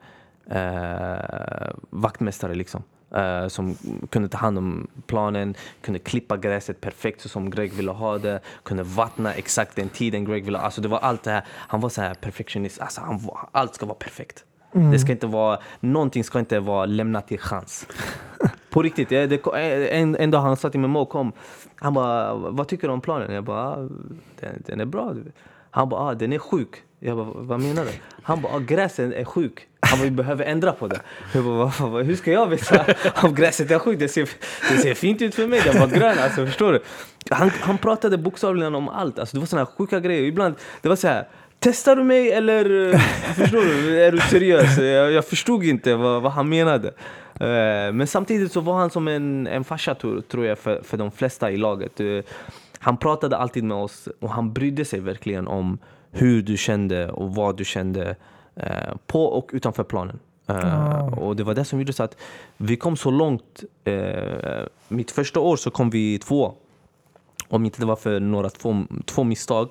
Speaker 2: vaktmästare liksom. Som kunde ta hand om planen, kunde klippa gräset perfekt så som Greg ville ha det, kunde vattna exakt den tiden Greg ville ha. Alltså det var allt det här. Han var så här perfektionist. Alltså allt ska vara perfekt. Det ska inte vara, någonting ska inte vara lämnat till chans. På riktigt, en dag han sa till mig, Mo, kom. Han bara, vad tycker du om planen? Jag bara, den är bra. Han bara, den är sjuk. Jag bara, vad menar du? Han bara, gräsen är sjuk. Han bara, vi behöver ändra på det. Jag bara, hur ska jag veta om gräset är sjukt? Det ser fint ut för mig. Det var grön, alltså, förstår du? Han pratade bokstavligen om allt. Alltså, det var såna här sjuka grejer. Ibland, det var så här, testar du mig eller förstår du? Är du seriös? Jag förstod inte vad han menade. Men samtidigt så var han som en farsa, tror jag, för de flesta i laget. Han pratade alltid med oss och han brydde sig verkligen om hur du kände och vad du kände på och utanför planen. Och det var det som gjorde så att vi kom så långt. Mitt första år så kom vi 2. Om inte det var för några två misstag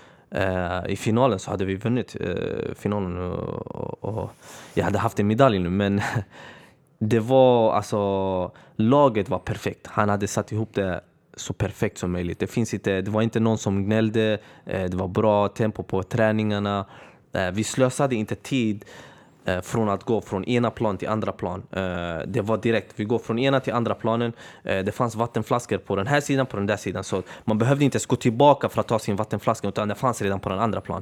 Speaker 2: i finalen så hade vi vunnit finalen och jag hade haft en medalj nu, men det var alltså, laget var perfekt. Han hade satt ihop det så perfekt som möjligt. Det var inte någon som gnällde. Det var bra tempo på träningarna. Vi slösade inte tid från att gå från ena plan till andra plan. Det var direkt. Vi går från ena till andra planen. Det fanns vattenflaskor på den här sidan, på den där sidan. Så man behövde inte gå tillbaka för att ta sin vattenflaska, utan det fanns redan på den andra plan.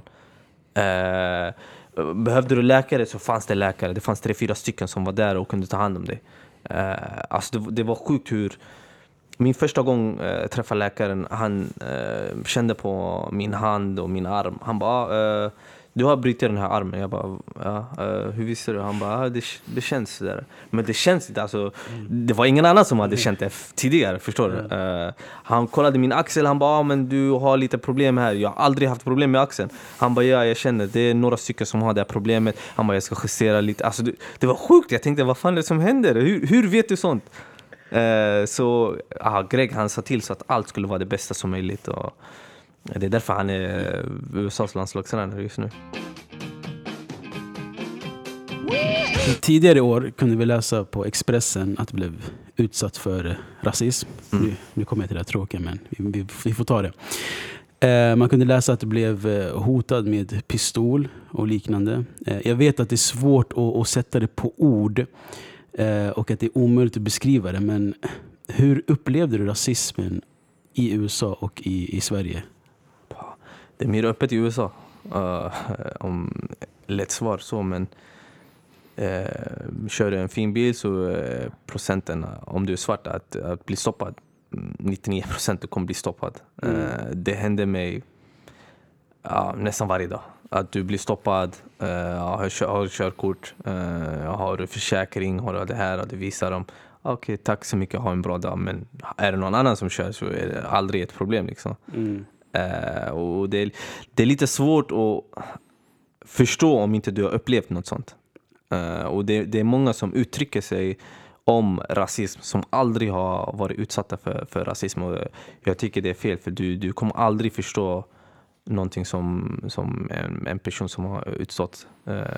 Speaker 2: Behövde du läkare så fanns det läkare. Det fanns 3-4 stycken som var där och kunde ta hand om dig. Alltså det var sjukt hur... Min första gång träffade läkaren, han kände på min hand och min arm. Han bara, du har brutit den här armen. Jag bara, hur visste du? Han bara, det känns där. Men det känns inte, alltså, det var ingen annan som hade känt det tidigare, förstår du? Han kollade min axel, han bara, men du har lite problem här. Jag har aldrig haft problem med axeln. Han bara, jag känner, det är några stycken som har det här problemet. Han bara, jag ska justera lite. Alltså, det var sjukt, jag tänkte, vad fan är det som händer? Hur vet du sånt? Så Greg, han sa till så att allt skulle vara det bästa som möjligt, och det är därför han är USAs landslagstränare just nu.
Speaker 1: Tidigare år kunde vi läsa på Expressen att du blev utsatt för rasism. Nu kommer jag till det här tråkiga, men vi får ta det. Man kunde läsa att du blev hotad med pistol och liknande. Jag vet att det är svårt att sätta det på ord och att det är omöjligt att beskriva det, men hur upplevde du rasismen i USA och i Sverige?
Speaker 2: Det är mer öppet i USA. Om lätt svar så, men kör du en fin bil så procenten, om du är svart, att bli stoppad, 99% du kommer bli stoppad. Det händer mig nästan varje dag. Att du blir stoppad, har du körkort, har du försäkring, har du det här, och det visar dem. Okej, tack så mycket, ha en bra dag. Men är det någon annan som kör så är det aldrig ett problem liksom. Och det är lite svårt att förstå om inte du har upplevt något sånt. Och det är många som uttrycker sig om rasism som aldrig har varit utsatta för rasism, och jag tycker det är fel, för du kommer aldrig förstå någonting som en person som har utstått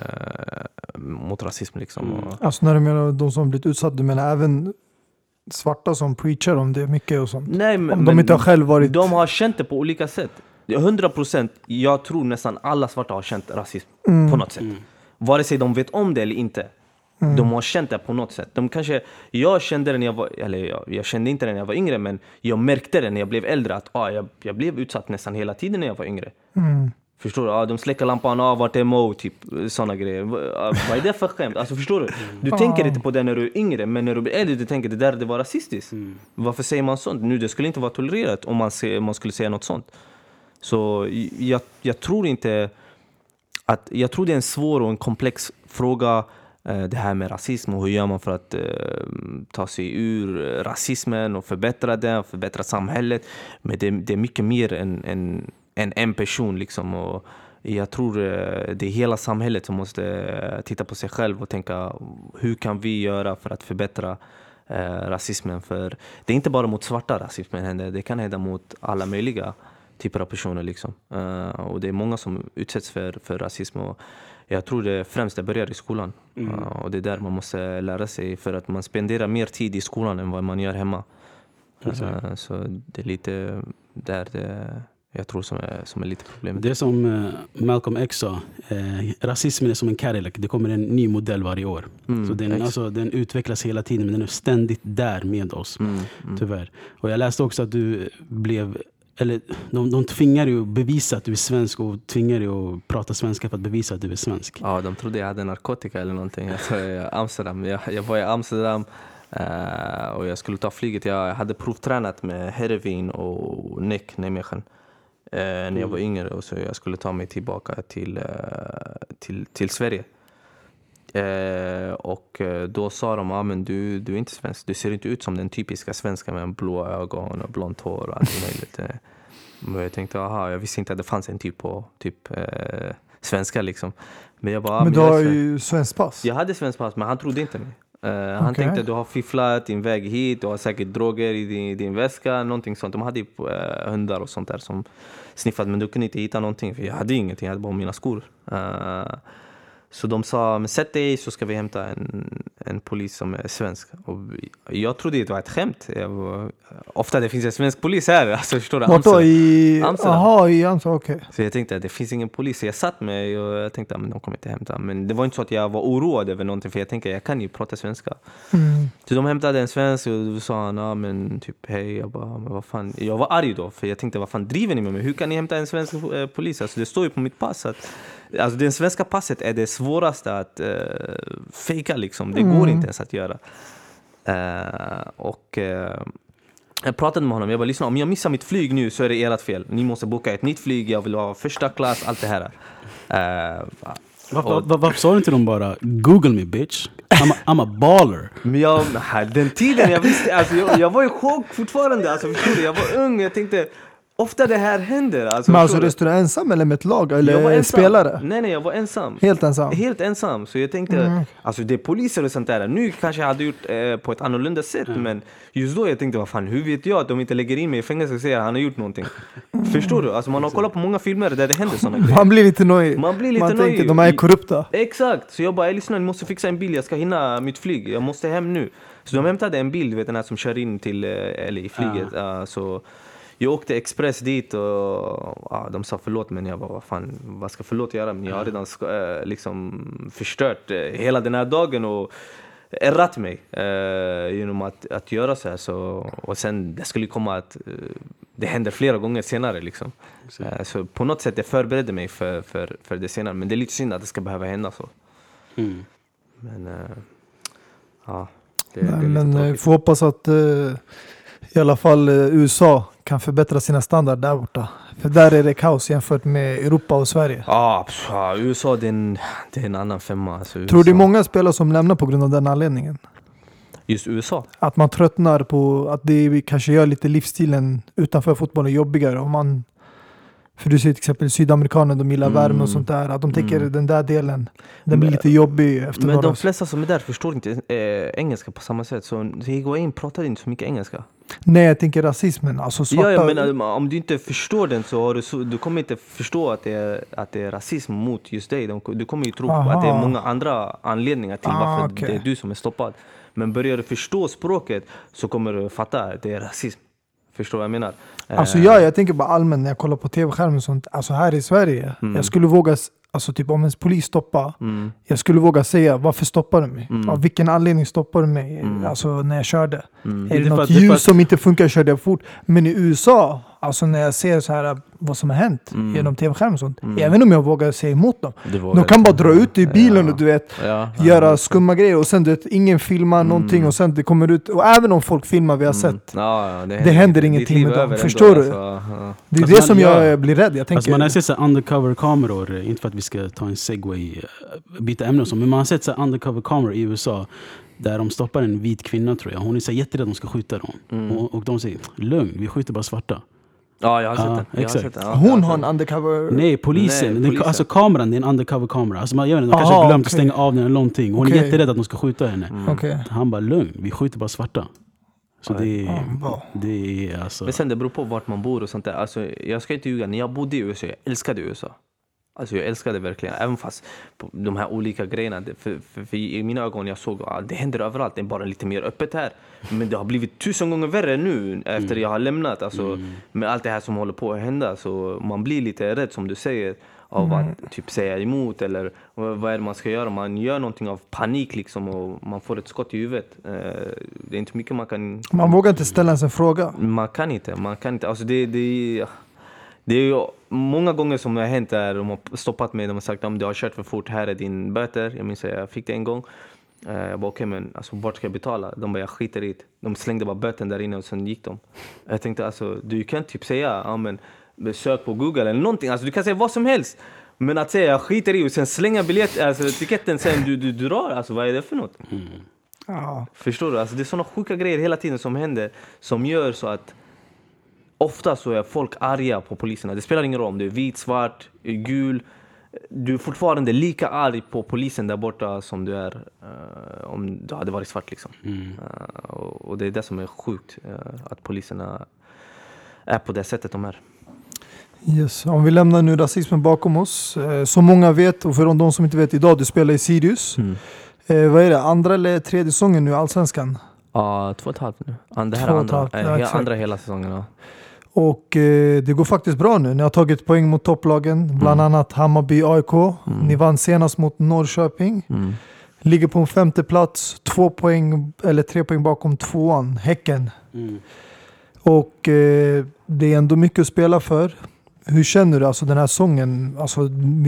Speaker 2: mot rasism liksom.
Speaker 3: Alltså när du menar de som blivit utsatta, du menar även svarta som preachar om det mycket och sånt?
Speaker 2: Nej,
Speaker 3: men de inte har själv varit...
Speaker 2: De har känt det på olika sätt. 100%, jag tror nästan alla svarta har känt rasism på något sätt. Vare sig de vet om det eller inte. De har känt det på något sätt. Jag kände det när jag var, eller jag kände inte det när jag var yngre, men jag märkte det när jag blev äldre att jag blev utsatt nästan hela tiden när jag var yngre. Förstår du? De släcker lampan av, vart är Mo, typ sådana grejer. Vad är det för skämt? Alltså förstår du? Du tänker inte på det när du är yngre, men när du blir äldre du tänker det var rasistiskt. Varför säger man sånt? Nu det skulle inte vara tolererat om man skulle säga något sånt. Så jag tror inte att, jag tror det är en svår och en komplex fråga, det här med rasism, och hur gör man för att ta sig ur rasismen och förbättra den, förbättra samhället. Men det är mycket mer än en person liksom, och jag tror det är hela samhället som måste titta på sig själv och tänka, hur kan vi göra för att förbättra rasismen? För det är inte bara mot svarta rasismen händer, det kan hända mot alla möjliga typer av personer liksom. Och det är många som utsätts för rasism, och jag tror det främst det börjar i skolan. Och det är där man måste lära sig, för att man spenderar mer tid i skolan än vad man gör hemma. Så det är lite där jag tror som är lite problemet.
Speaker 1: Det är som Malcolm X sa, rasismen är som en Cadillac, det kommer en ny modell varje år. Så den utvecklas hela tiden, men den är ständigt där med oss, tyvärr. Och jag läste också att du blev, eller de tvingar dig att bevisa att du är svensk och tvingar dig att prata svenska för att bevisa att du är svensk.
Speaker 2: Ja, de trodde jag hade narkotika eller någonting. Amsterdam. Jag var i Amsterdam och jag skulle ta flyget. Jag hade provtränat med heroin och Nijmegen när jag var yngre, och så jag skulle ta mig tillbaka till Sverige. Och då sa de, men du är inte svensk, du ser inte ut som den typiska svenska med blå ögon och blont hår och allt möjligt. Men jag tänkte, jag visste inte att det fanns en typ på svenska liksom. Men jag bara,
Speaker 3: men du har ju svensk pass.
Speaker 2: Jag hade svensk pass, men han trodde inte mig. Han tänkte, du har fifflat din väg hit, du har säkert droger i din väska, någonting sånt. De hade hundar och sånt där som sniffade, men du kunde inte hitta någonting, för jag hade ingenting, jag hade bara mina skor. Så de sa, men sätt dig så ska vi hämta en polis som är svensk. Och jag trodde det var ett skämt. Ofta det finns en svensk polis här. Alltså, förstår du?
Speaker 3: Amsterdam. Jaha, i Amsterdam, okej.
Speaker 2: Så jag tänkte att det finns ingen polis. Så jag satt med och jag tänkte att de kommer inte hämta. Men det var inte så att jag var oroad över någonting. För jag tänkte, jag kan ju prata svenska. Så de hämtade en svensk och då sa han, men typ hej. Jag bara, men vad fan. Jag var arg då. För jag tänkte, vad fan driver ni med mig? Hur kan ni hämta en svensk polis? Alltså det står ju på mitt pass att alltså det svenska passet är det svåraste att fejka liksom. Det går inte ens att göra. Och jag pratade med honom. Jag bara, lyssna, om jag missar mitt flyg nu så är det ert fel. Ni måste boka ett nytt flyg. Jag vill ha första klass, allt det här.
Speaker 1: Varför sa du inte de bara Google me bitch? I'm a baller.
Speaker 2: Men den tiden jag visste, alltså, jag var i chock fortfarande. Alltså, förstår du? Jag var ung, jag tänkte ofta det här händer. Alltså,
Speaker 3: men alltså röstade du ensam eller med ett lag eller spelare?
Speaker 2: Nej, jag var ensam.
Speaker 3: Helt ensam?
Speaker 2: Så jag tänkte, alltså det är poliser och sånt där. Nu kanske jag hade gjort på ett annorlunda sätt. Men just då jag tänkte, vad fan, hur vet jag att de inte lägger in mig i fängelse och säger att han har gjort någonting? Förstår du? Alltså man har kollat på många filmer där det händer sådana grejer.
Speaker 3: Man blir lite nöjd. Man tänker, de är korrupta.
Speaker 2: Exakt. Så jag bara, lyssna, ni måste fixa en bil. Jag ska hinna mitt flyg. Jag måste hem nu. Så de hämtade en bil, vet den här som kör in till i flyget. Så jag åkte express dit och de sa förlåt, men jag bara, vad ska förlåt göra? Men jag har redan liksom förstört hela den här dagen och ärrat mig genom att göra så här. Så, och sen det skulle komma att det händer flera gånger senare liksom. Så på något sätt det förberedde mig för det senare. Men det är lite synd att det ska behöva hända så. Men
Speaker 3: men får hoppas att i alla fall USA kan förbättra sina standarder där borta. För där är det kaos jämfört med Europa och Sverige.
Speaker 2: USA det är en annan femma. Alltså,
Speaker 3: tror du många spelare som lämnar på grund av den anledningen?
Speaker 2: Just USA?
Speaker 3: Att man tröttnar på att det kanske gör lite livsstilen utanför fotbollen jobbigare. Om man, för du ser till exempel sydamerikaner, de gillar värme och sånt där. Att de tänker den där delen, den blir lite jobbig efter
Speaker 2: men de flesta som är där förstår inte engelska på samma sätt. Så Higuain pratar inte så mycket engelska.
Speaker 3: Nej, jag tänker rasismen. Alltså svarta...
Speaker 2: Ja, men om du inte förstår den så du kommer inte förstå att det är rasism mot just dig. Du kommer ju tro att det är många andra anledningar till varför det är du som är stoppad. Men börjar du förstå språket så kommer du fatta att det är rasism. Förstår vad jag menar?
Speaker 3: Alltså jag tänker bara allmänt när jag kollar på tv-skärmen och sånt. Alltså här i Sverige, jag skulle våga, alltså typ om en polis stoppar, jag skulle våga säga, varför stoppar du mig? Av vilken anledning stoppar du mig? Alltså när jag körde. Är det något ljus som inte funkar, körde jag fort. Men i USA, alltså när jag ser så här vad som har hänt genom tv-skärmen och sånt, även om jag vågar säga emot dem. De kan bara dra ut i bilen och du vet, göra skumma grejer och sen ingen filmar någonting och sen det kommer ut, och även om folk filmar vi har sett, det händer ingenting med dem. Förstår du? Det är det som jag blir rädd. Jag tänker,
Speaker 1: alltså man har sett så undercover-kameror, inte för att vi ska ta en segway, byta ämne och så, men man har sett så undercover-kameror i USA där de stoppar en vit kvinna, tror jag. Hon är så jätterädd att de ska skjuta dem. Och de säger, lugn, vi skjuter bara svarta.
Speaker 2: Ja, jag har sett den.
Speaker 3: Hon har en undercover...
Speaker 1: Nej, polisen. Alltså kameran, det är en undercover-kamera. Alltså de kanske har glömt att stänga av den eller någonting. Hon är jätterädd att de ska skjuta henne. Han bara, lugn, vi skjuter bara svarta. Så det är alltså...
Speaker 2: Men sen det beror på vart man bor och sånt där. Alltså, jag ska inte ljuga, när jag bodde i USA, jag älskade USA. Alltså jag älskar det verkligen. Även fast på de här olika grejerna. För i mina ögon jag såg att det händer överallt. Det är bara lite mer öppet här. Men det har blivit 1000 gånger värre nu efter jag har lämnat. Alltså, med allt det här som håller på att hända. Så man blir lite rädd som du säger. Av att typ säga emot. Eller vad är det man ska göra. Man gör någonting av panik liksom. Och man får ett skott i huvudet. Det är inte mycket man kan...
Speaker 3: Man vågar inte ställa ens en fråga.
Speaker 2: Man kan inte. Alltså det är ju många gånger som det har hänt där. De har stoppat mig. De har sagt att du har kört för fort. Här är din böter. Jag minns att jag fick det en gång. Jag bara okej, men alltså, vart ska jag betala? De bara jag skiter i det. De slängde bara böten där inne och sen gick de. Jag tänkte alltså du kan typ säga men sök på Google eller någonting. Alltså du kan säga vad som helst. Men att säga jag skiter i och sen slänga etiketten sen du drar. Alltså vad är det för något?
Speaker 3: Ja.
Speaker 2: Förstår du? Alltså det är såna sjuka grejer hela tiden som händer. Som gör så att ofta så är folk arga på poliserna. Det spelar ingen roll om du är vit, svart, gul. Du är fortfarande lika arg på polisen där borta som du är om du hade varit svart liksom. Och det är det som är sjukt. Att poliserna är på det sättet de är.
Speaker 3: Yes. Om vi lämnar nu rasismen bakom oss. Som många vet, och för de som inte vet idag, du spelar i Sirius. Vad är det? Andra eller tredje säsongen nu i Allsvenskan?
Speaker 2: Ja, 2,5 nu. Det här är andra hela säsongen. Ja.
Speaker 3: Och det går faktiskt bra nu. Ni har tagit poäng mot topplagen. Bland annat Hammarby, AIK. Ni vann senast mot Norrköping. Ligger på en 5:e plats. 2 poäng eller 3 poäng bakom 2:an, Häcken. Och det är ändå mycket att spela för. Hur känner du alltså den här säsongen? Alltså,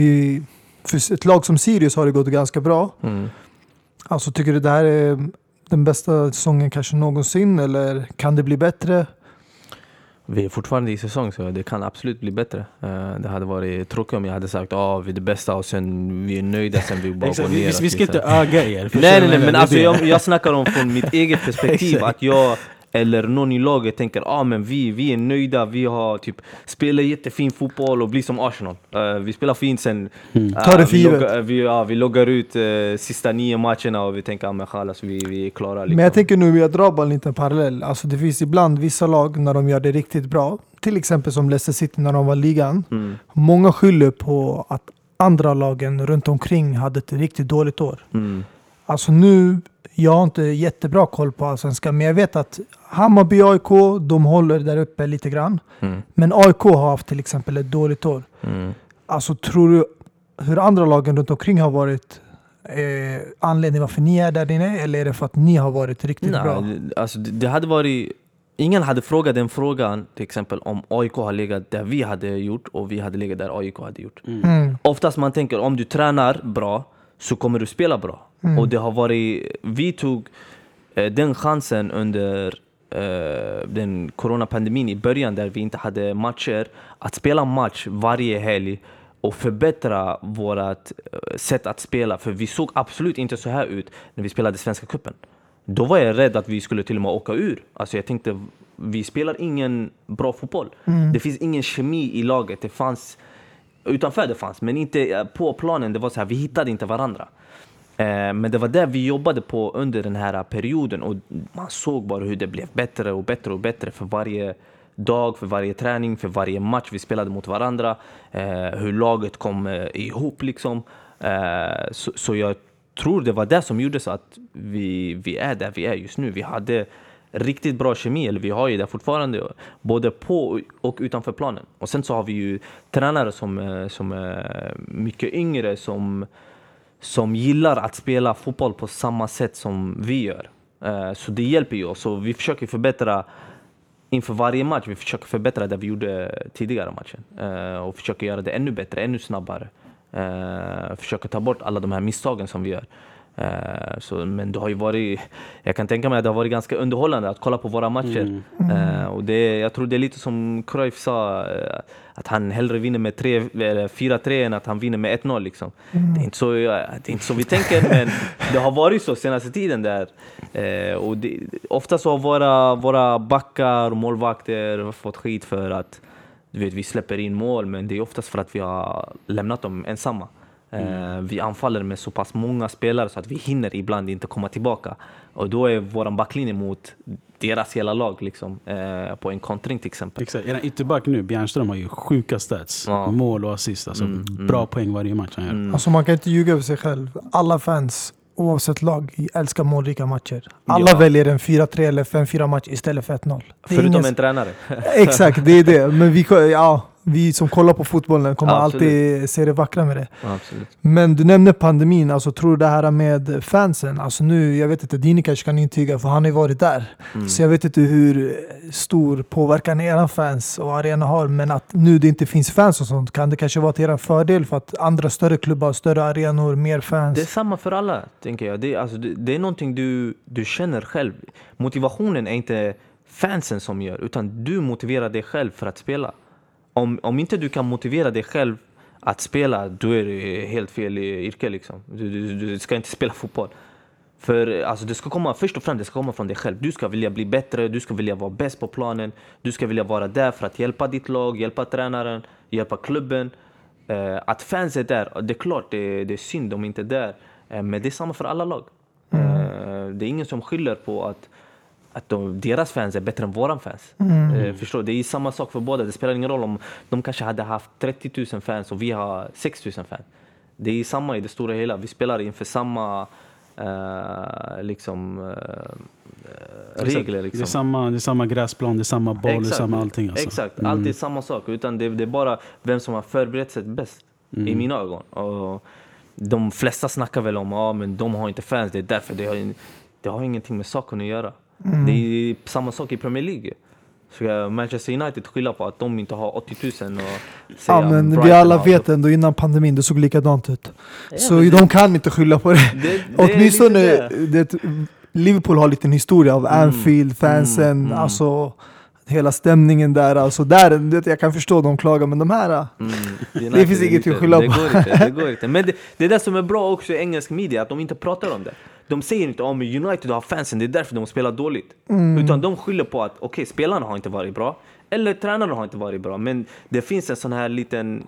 Speaker 3: för ett lag som Sirius har det gått ganska bra. Alltså, tycker du det här är den bästa säsongen kanske någonsin? Eller kan det bli bättre?
Speaker 2: Vi är fortfarande i säsong så det kan absolut bli bättre. Det hade varit tråkigt om jag hade sagt vi är det bästa och sen vi är nöjda sen vi bara går ner.
Speaker 1: Vi ska inte öga er.
Speaker 2: Nej, men alltså jag snackar om från mitt eget perspektiv. Att jag eller någon i laget tänker men vi är nöjda, vi har typ spelar jättefin fotboll och blir som Arsenal. Vi spelar fint sen.
Speaker 3: Ta det för
Speaker 2: vi loggar ut sista 9 matcherna och vi tänker men khalas, vi är klara. Liksom.
Speaker 3: Men jag tänker nu, jag drar bara en liten parallell. Alltså det finns ibland vissa lag när de gör det riktigt bra. Till exempel som Leicester City när de var ligan. Många skyller på att andra lagen runt omkring hade ett riktigt dåligt år. Alltså nu, jag har inte jättebra koll på Allsvenskan, men jag vet att Hammarby AIK, de håller där uppe lite grann. Men AIK har haft till exempel ett dåligt år. Alltså tror du hur andra lagen runt omkring har varit anledningen varför ni är där inne, eller är det för att ni har varit riktigt bra?
Speaker 2: Alltså det hade varit... Ingen hade frågat den frågan till exempel om AIK har legat där vi hade gjort och vi hade legat där AIK hade gjort. Oftast man tänker om du tränar bra så kommer du spela bra. Och det har varit, vi tog den chansen under den coronapandemin i början där vi inte hade matcher, att spela match varje helg och förbättra vårat sätt att spela. För vi såg absolut inte så här ut när vi spelade Svenska cupen. Då var jag rädd att vi skulle till och med åka ur. Alltså jag tänkte, vi spelar ingen bra fotboll. Det finns ingen kemi i laget. Det fanns, utanför det fanns, men inte på planen. Det var så här, vi hittade inte varandra. Men det var det vi jobbade på under den här perioden. Och man såg bara hur det blev bättre och bättre och bättre för varje dag, för varje träning, för varje match vi spelade mot varandra. Hur laget kom ihop liksom. Så jag tror det var det som gjorde så att vi är där vi är just nu. Vi hade riktigt bra kemi, eller vi har ju det fortfarande, både på och utanför planen. Och sen så har vi ju tränare som är mycket yngre, som gillar att spela fotboll på samma sätt som vi gör. Så det hjälper ju oss. Så vi försöker förbättra inför varje match. Vi försöker förbättra det vi gjorde tidigare matchen. Och försöker göra det ännu bättre, ännu snabbare. Försöker ta bort alla de här misstagen som vi gör. Men det har ju varit, jag kan tänka mig att det har varit ganska underhållande att kolla på våra matcher. Och jag tror det är lite som Cruyff sa, att han hellre vinner med 4-3 än att han vinner med 1-0 liksom. Det är inte så vi tänker, men det har varit så senaste tiden där. Och ofta så har våra backar och målvakter fått skit för att vi släpper in mål, men det är oftast för att vi har lämnat dem ensamma. Vi anfaller med så pass många spelare så att vi hinner ibland inte komma tillbaka. Och då är våran backlinje mot deras hela lag liksom, på en kontring till exempel.
Speaker 1: Exakt. En ytterback nu, Bjärnström har ju sjuka stats.
Speaker 2: Ja.
Speaker 1: Mål och assist. Alltså, bra poäng varje match han gör.
Speaker 3: Alltså man kan inte ljuga över sig själv. Alla fans, oavsett lag, älskar målrika matcher. Alla väljer en 4-3 eller 5-4 match istället för 1-0.
Speaker 2: Förutom en tränare.
Speaker 3: Exakt, det är det. Men vi som kollar på fotbollen kommer alltid se det vackra med det.
Speaker 2: Absolut.
Speaker 3: Men du nämnde pandemin, alltså tror du det här med fansen, alltså nu, jag vet inte, Dini kanske kan intyga för han har ju varit där. Så jag vet inte hur stor påverkan era fans och arena har, men att nu det inte finns fans och sånt, kan det kanske vara till er fördel för att andra större klubbar, större arenor, mer fans?
Speaker 2: Det är samma för alla, tänker jag. Det är någonting du känner själv. Motivationen är inte fansen som gör, utan du motiverar dig själv för att spela. Om inte du kan motivera dig själv att spela, då är det helt fel yrke liksom. Du ska inte spela fotboll. För alltså, det ska komma, först och främst det ska komma från dig själv. Du ska vilja bli bättre, du ska vilja vara bäst på planen. Du ska vilja vara där för att hjälpa ditt lag, hjälpa tränaren, hjälpa klubben. Att fans är där, det är klart det är synd om inte är där. Men det är samma för alla lag. Det är ingen som skyller på att deras fans är bättre än våran fans. Förstår? Det är samma sak för båda. Det spelar ingen roll om de kanske hade haft 30 000 fans och vi har 6 000 fans. Det är samma i det stora hela. Vi spelar inför samma regler. Liksom.
Speaker 1: Det är samma gräsplan, det är samma boll, det är samma allting. Alltså.
Speaker 2: Exakt, allt är samma sak. Utan det är bara vem som har förberett sig bäst i mina ögon. Och de flesta snackar väl om men de har inte fans, det är därför. Det har ingenting med saken att göra. Det är samma sak i Premier League. Så Manchester United skyller på att de inte har 80 000 och säga
Speaker 3: men Brighton vi alla vet ändå innan pandemin det såg likadant ut. Så de kan inte skylla på det. Åtminstone Liverpool har lite en historia av Anfield, fansen, alltså hela stämningen där. Alltså där, jag kan förstå de klagar, men de här det finns inget att skylla på.
Speaker 2: Det går inte. Men det är det som är bra också i engelsk media, att de inte pratar om det. De säger inte om United har fansen, det är därför de spelar dåligt. Utan de skyller på att spelarna har inte varit bra. Eller tränarna har inte varit bra. Men det finns en sån här liten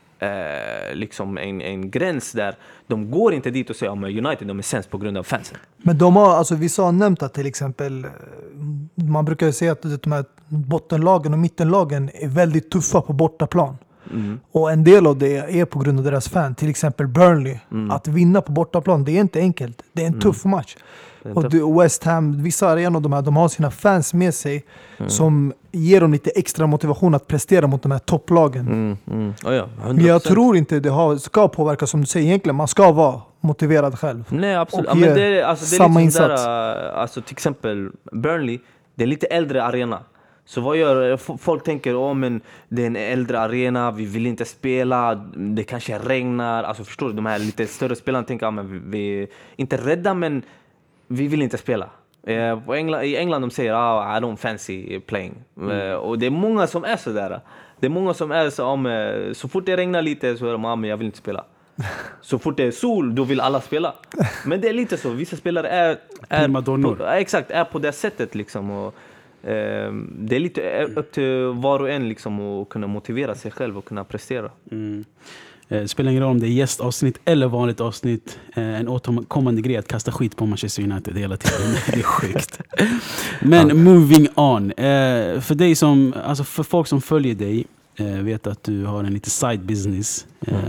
Speaker 2: liksom en gräns där de går inte dit och säger om United de är sämst på grund av fansen.
Speaker 3: Men de har, alltså vissa har nämnt att till exempel man brukar säga att de här bottenlagen och mittenlagen är väldigt tuffa på bortaplan. Och en del av det är på grund av deras fan. Till exempel Burnley. Att vinna på bortaplan, det är inte enkelt. Det är en tuff match. Och West Ham, vissa arenor de har sina fans med sig som ger dem lite extra motivation att prestera mot de här topplagen. Men jag tror inte det ska påverka, som du säger egentligen. Man ska vara motiverad själv.
Speaker 2: Nej, absolut.
Speaker 3: Och
Speaker 2: men det är
Speaker 3: samma insats.
Speaker 2: Alltså till exempel Burnley, det är lite äldre arena. Så vad gör folk? Tänker men det är en äldre arena, vi vill inte spela, det kanske regnar. Alltså förstår du, de här lite större spelarna tänker men vi är inte rädda, men vi vill inte spela. I England de säger I don't fancy playing. Och det är många som är så där. Det är många som är så fort det regnar lite så är de men jag vill inte spela. Så fort det är sol, då vill alla spela. Men det är lite så, vissa spelare är på det sättet liksom. Och det är lite upp till var och en liksom att kunna motivera sig själv och kunna prestera.
Speaker 1: Det spelar ingen roll om det är gästavsnitt eller vanligt avsnitt. En återkommande grej att kasta skit på Manchester United hela tiden. Det är sjukt. Men moving on. För dig för folk som följer dig, vet att du har en lite side business.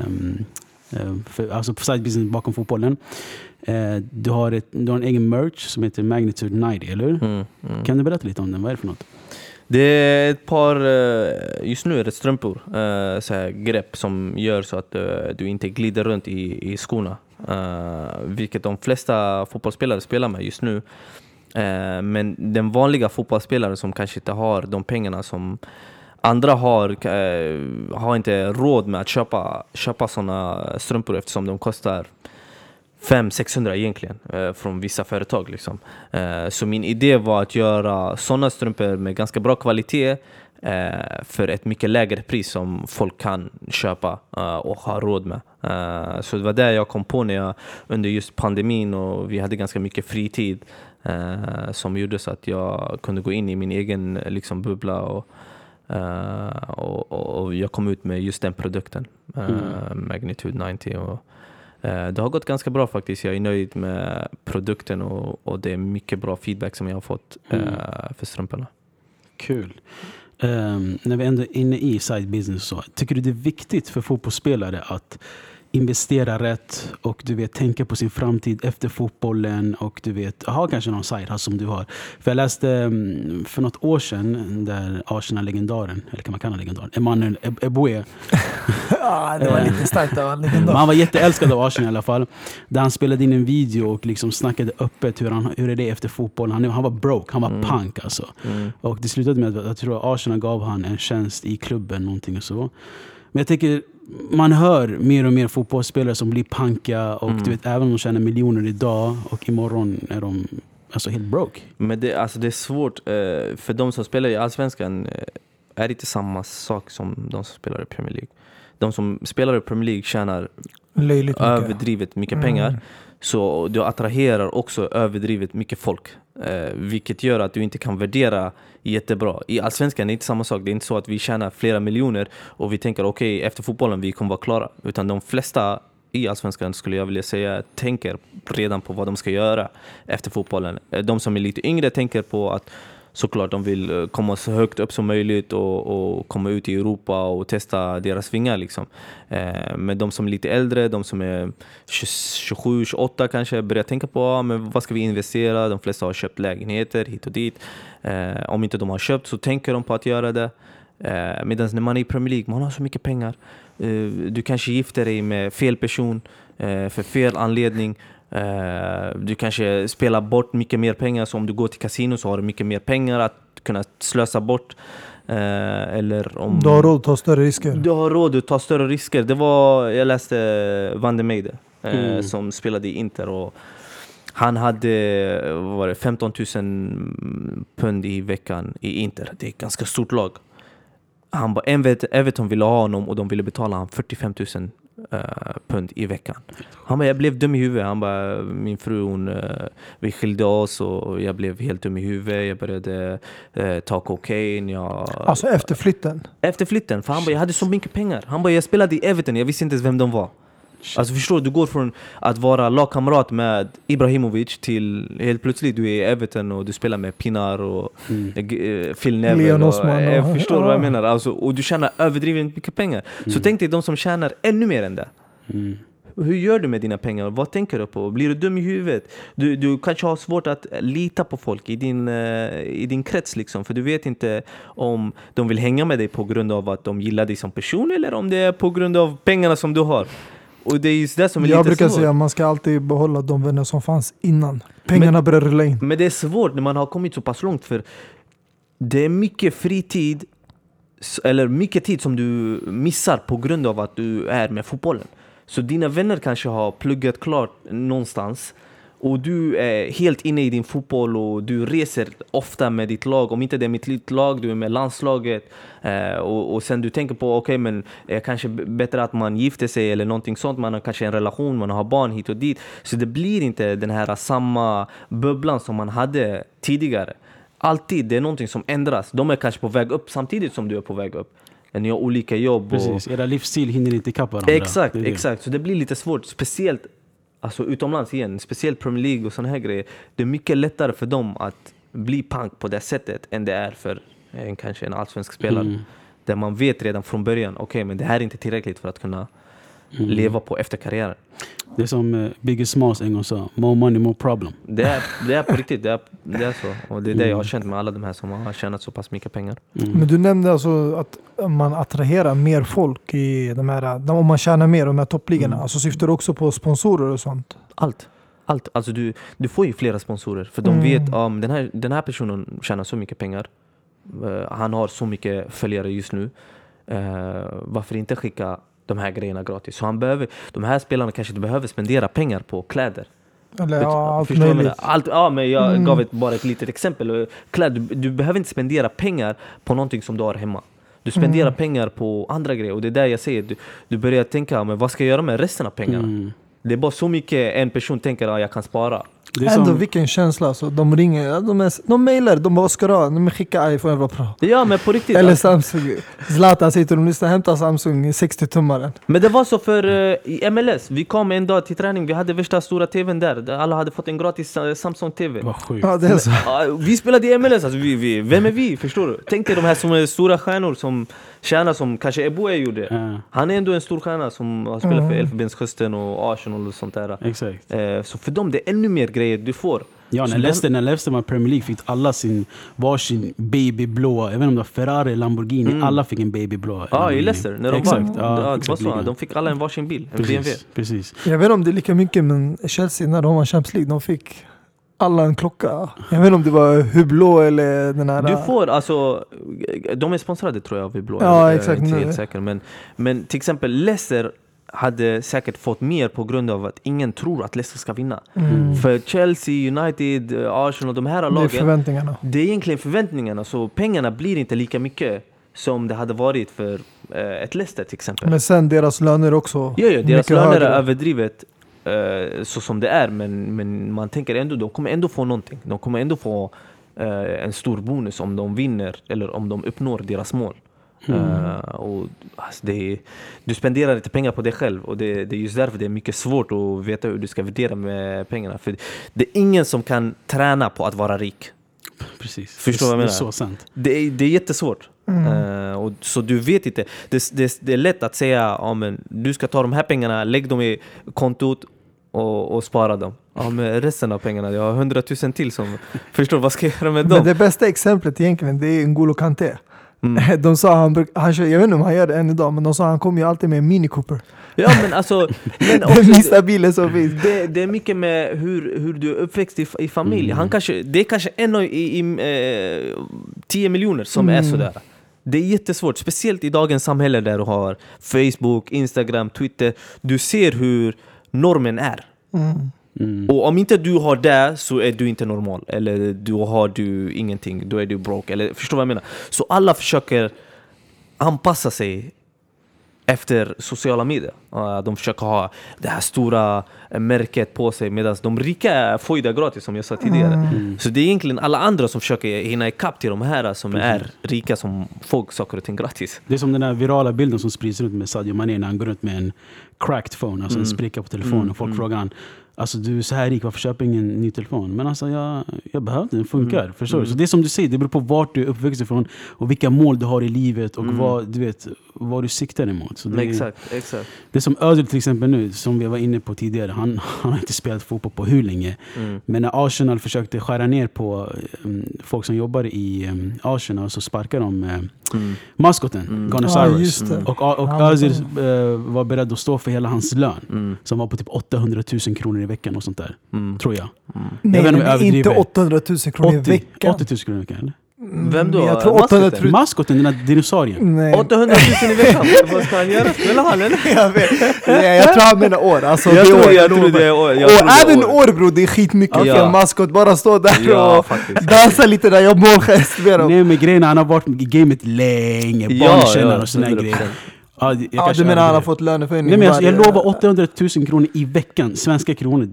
Speaker 1: Alltså side business bakom fotbollen. Du har en egen merch som heter Magnitude 90, eller? Kan du berätta lite om den? Vad är det för något?
Speaker 2: Det är ett par, just nu är det strumpor, så här grepp som gör så att du inte glider runt i skorna. Vilket de flesta fotbollsspelare spelar med just nu. Men den vanliga fotbollsspelare som kanske inte har de pengarna som andra har inte råd med att köpa såna strumpor, eftersom de kostar 500-600 egentligen från vissa företag liksom. Så min idé var att göra sådana strumpor med ganska bra kvalitet för ett mycket lägre pris som folk kan köpa och ha råd med. Så det var det jag kom på under just pandemin, och vi hade ganska mycket fritid som gjorde så att jag kunde gå in i min egen liksom bubbla och jag kom ut med just den produkten, Magnitude 90. Och Det har gått ganska bra faktiskt. Jag är nöjd med produkten och det är mycket bra feedback som jag har fått för strumporna.
Speaker 1: Kul. När vi ändå är inne i side business, så tycker du det är viktigt för fotbollsspelare att investera rätt och du vet tänka på sin framtid efter fotbollen och du vet ha kanske någon side här som du har? För jag läste för något år sedan där Arsenal-legendaren, eller kan man kalla legendaren, Emmanuel Eboué.
Speaker 3: Ja, det var lite starkt av legendar.
Speaker 1: Han var jätteälskad av Arsenal i alla fall. Där han spelade in en video och liksom snackade öppet hur är det efter fotbollen. Han var broke, han var punk alltså. Och det slutade med att jag tror Arsenal gav han en tjänst i klubben, någonting och så. Men jag tycker man hör mer och mer fotbollsspelare som blir panka och du vet, även om de tjänar miljoner idag och imorgon är de alltså helt broke.
Speaker 2: Men det är svårt för de som spelar i Allsvenskan är det inte samma sak som de som spelar i Premier League. De som spelar i Premier League tjänar överdrivet mycket pengar. Så du attraherar också överdrivet mycket folk. Vilket gör att du inte kan värdera jättebra. I Allsvenskan är det inte samma sak. Det är inte så att vi tjänar flera miljoner och vi tänker okej, efter fotbollen vi kommer vara klara. Utan de flesta i Allsvenskan, skulle jag vilja säga, tänker redan på vad de ska göra efter fotbollen. De som är lite yngre tänker på att såklart de vill komma så högt upp som möjligt och komma ut i Europa och testa deras vingar liksom. Men de som är lite äldre, de som är 27, 28 kanske, börjar tänka på men vad ska vi investera? De flesta har köpt lägenheter hit och dit. Om inte de har köpt så tänker de på att göra det. Medan när man är i Premier League, man har så mycket pengar. Du kanske gifter dig med fel person för fel anledning. Du kanske spelar bort mycket mer pengar, så om du går till kasino så har du mycket mer pengar att kunna slösa bort. Eller om
Speaker 3: du har råd att ta större risker.
Speaker 2: Du har råd att ta större risker. Jag läste Van der Meijde som spelade i Inter och han hade 15 000 pund i veckan i Inter. Det är ett ganska stort lag. Han bara, Everton ville ha honom och de ville betala han 45 000 pund i veckan. Han bara, jag blev dum i huvudet. Han bara, min fru vi skilde oss och jag blev helt dum i huvudet. Jag började ta kokain.
Speaker 3: Alltså efter flytten?
Speaker 2: Efter flytten, för han bara, jag hade så mycket pengar. Han bara, jag spelade i Everton, jag visste inte ens vem de var. Alltså förstår du går från att vara lagkamrat med Ibrahimovic till helt plötsligt du är i Everton och du spelar med Pinar och Phil Neville och förstår vad jag menar alltså, och du tjänar överdrivet mycket pengar. Så tänk dig de som tjänar ännu mer än det. Hur gör du med dina pengar? Vad tänker du på? Blir du dum i huvudet? Du kanske har svårt att lita på folk i din krets liksom, för du vet inte om de vill hänga med dig på grund av att de gillar dig som person eller om det är på grund av pengarna som du har. Och det är just det som är
Speaker 3: jag
Speaker 2: lite
Speaker 3: brukar
Speaker 2: svårt.
Speaker 3: säga att man ska alltid behålla de vänner som fanns innan. Pengarna börjar rulla in.
Speaker 2: Men det är svårt när man har kommit så pass långt, för det är mycket fritid eller mycket tid som du missar på grund av att du är med fotbollen. Så dina vänner kanske har pluggat klart någonstans och du är helt inne i din fotboll och du reser ofta med ditt lag. Om inte det är mitt lag, du är med landslaget. Och sen du tänker på, okej, men kanske bättre att man gifter sig eller någonting sånt. Man har kanske en relation, man har barn hit och dit. Så det blir inte den här samma bubblan som man hade tidigare. Alltid, det är någonting som ändras. De är kanske på väg upp samtidigt som du är på väg upp. Ni har olika jobb.
Speaker 1: Precis, era livsstil hinner inte ikapp varandra.
Speaker 2: Exakt. Så det blir lite svårt, speciellt alltså utomlands igen, speciellt Premier League och såna här grejer. Det är mycket lättare för dem att bli punk på det sättet än det är för kanske en allsvensk spelare. Där man vet redan från början, okej, men det här är inte tillräckligt för att kunna leva på efter karriären.
Speaker 1: Det är som Biggie Smalls en gång sa, more money, more problem.
Speaker 2: Det är på riktigt, det är så. Och det är det jag har känt med alla de här som har tjänat så pass mycket pengar.
Speaker 3: Men du nämnde alltså att man attraherar mer folk i de här, om man tjänar mer de här toppligorna. Alltså syftar du också på sponsorer och sånt?
Speaker 2: Allt. Alltså du får ju flera sponsorer. För de vet, den här personen tjänar så mycket pengar. Han har så mycket följare just nu. Varför inte skicka de här grejerna gratis? Så de här spelarna kanske inte behöver spendera pengar på kläder.
Speaker 3: Eller allt möjligt.
Speaker 2: Men jag gav bara ett litet exempel. Du behöver inte spendera pengar på någonting som du har hemma. Du spenderar pengar på andra grejer. Och det är där jag säger, du börjar tänka, men vad ska jag göra med resten av pengarna? Det är bara så mycket en person tänker att jag kan spara.
Speaker 1: Det är
Speaker 3: ändå
Speaker 1: som...
Speaker 3: vilken känsla. Så de ringer, de mejlar, de bara ska ha. De skickar iPhone, vad bra.
Speaker 2: Ja, men på riktigt.
Speaker 3: Eller Samsung. Zlatan sitter och lyssnar, hämta Samsung 60-tummaren.
Speaker 2: Men det var så för i MLS. Vi kom en dag till träning, vi hade värsta stora tvn där alla hade fått en gratis Samsung-tv.
Speaker 1: Vad sjukt.
Speaker 3: Ja, det är så.
Speaker 2: Vi spelade i MLS, alltså vem är vi? Förstår du? Tänk dig de här som är stora stjärnor som tjänar som kanske Eboe gjorde. Han är ändå en stor stjärna som har spelat för Elfenbenskusten och Arsenal och sånt där.
Speaker 1: Exakt.
Speaker 2: Så för dem det är ännu mer grejer du får.
Speaker 1: Ja, när Leicester var Premier League fick alla varsin babyblå. Jag vet inte om det var Ferrari, Lamborghini. Alla fick en babyblå.
Speaker 2: Ja, i Leicester. När de
Speaker 1: exakt.
Speaker 2: var. De fick alla en varsin bil. En BMW.
Speaker 1: Precis.
Speaker 3: Jag vet inte om det är lika mycket, men Chelsea när de var Champions League, de fick alla en klocka. Jag vet inte om det var Hublå eller den här...
Speaker 2: Du får alltså... De är sponsrade tror jag av Hublå.
Speaker 3: Ja, exakt.
Speaker 2: Jag är inte helt säker. Men till exempel Leicester hade säkert fått mer på grund av att ingen tror att Leicester ska vinna. För Chelsea, United, Arsenal, de här lagen,
Speaker 3: det är förväntningarna.
Speaker 2: Det är egentligen förväntningarna. Så pengarna blir inte lika mycket som det hade varit för ett Leicester till exempel.
Speaker 3: Men sen deras löner också.
Speaker 2: Ja, deras löner är överdrivet så som det är. Men man tänker ändå, de kommer ändå få någonting. De kommer ändå få en stor bonus om de vinner eller om de uppnår deras mål. Och alltså du spenderar inte pengar på dig själv och det är just därför det är mycket svårt att veta hur du ska värdera med pengarna, för det är ingen som kan träna på att vara rik.
Speaker 1: Precis.
Speaker 2: Förstår vad jag menar?
Speaker 1: Det är så sant.
Speaker 2: Det är jättesvårt. Och så du vet inte. Det är lätt att säga men du ska ta de här pengarna, lägg dem i kontot och spara dem. Ja, men resten av pengarna, jag har 100 000 till som förstår vad ska jag göra med dem.
Speaker 3: Men det bästa exemplet egentligen, det är N'Golo Kanté. De sa jag vet inte om han gör det än idag, men de sa han kommer ju alltid med en Mini Cooper.
Speaker 2: Ja, men alltså
Speaker 3: den minsta bilen som finns.
Speaker 2: Det är mycket med hur du är uppväxt i familj. Det är kanske en i 10 miljoner som är sådär. Det är jättesvårt, speciellt i dagens samhälle där du har Facebook, Instagram, Twitter. Du ser hur normen är. Och om inte du har det så är du inte normal. Eller har du ingenting, då är du broke. Eller, förstår vad jag menar? Så alla försöker anpassa sig efter sociala medier. De försöker ha det här stora märket på sig, medan de rika får det gratis som jag sa tidigare. Så det är egentligen alla andra som försöker hinna ikapp till de här som är rika, som får saker och ting gratis.
Speaker 1: Det är som den där virala bilden som sprids runt med Sadio Mané när han går runt med en cracked phone, alltså en spricka på telefonen. Folk frågar han, alltså du är så här rik, varför köper ingen ny telefon? Men alltså jag behöver den funkar, förstår du? Så det är som du säger, det beror på vart du är uppväxt ifrån och vilka mål du har i livet och vad du siktar emot. Så
Speaker 2: Exakt.
Speaker 1: Det är som Özil till exempel nu, som vi var inne på tidigare, han har inte spelat fotboll på hur länge. Men när Arsenal försökte skära ner på folk som jobbar i Arsenal, så sparkade de maskoten, Gunnar Cyrus. Och Özil var beredd att stå för hela hans lön, som var på typ 800 000 kronor i veckan och sånt där, tror jag.
Speaker 3: Nej, inte 800 000 kronor i veckan.
Speaker 1: 80 000 kronor i veckan, eller?
Speaker 2: Vem då?
Speaker 3: Jag tror 800 000.
Speaker 1: Maskoten, den där dinosaurien.
Speaker 3: Nej.
Speaker 2: 800 000 i veckan. Vad ska han göra? Spelar han eller?
Speaker 3: Jag tror han menar år. Alltså,
Speaker 2: jag tror det är år.
Speaker 3: Även år, bro, det är skitmycket för en maskot. Bara stå där och dansa lite där. Jag målgest med dem.
Speaker 1: Nej, men grejen, han har varit i gamet länge. Barnkännare och såna grejer.
Speaker 3: Du menar han har fått löneförhöjning?
Speaker 1: Nej, men jag lovar 800 000 kronor i veckan, svenska kronor.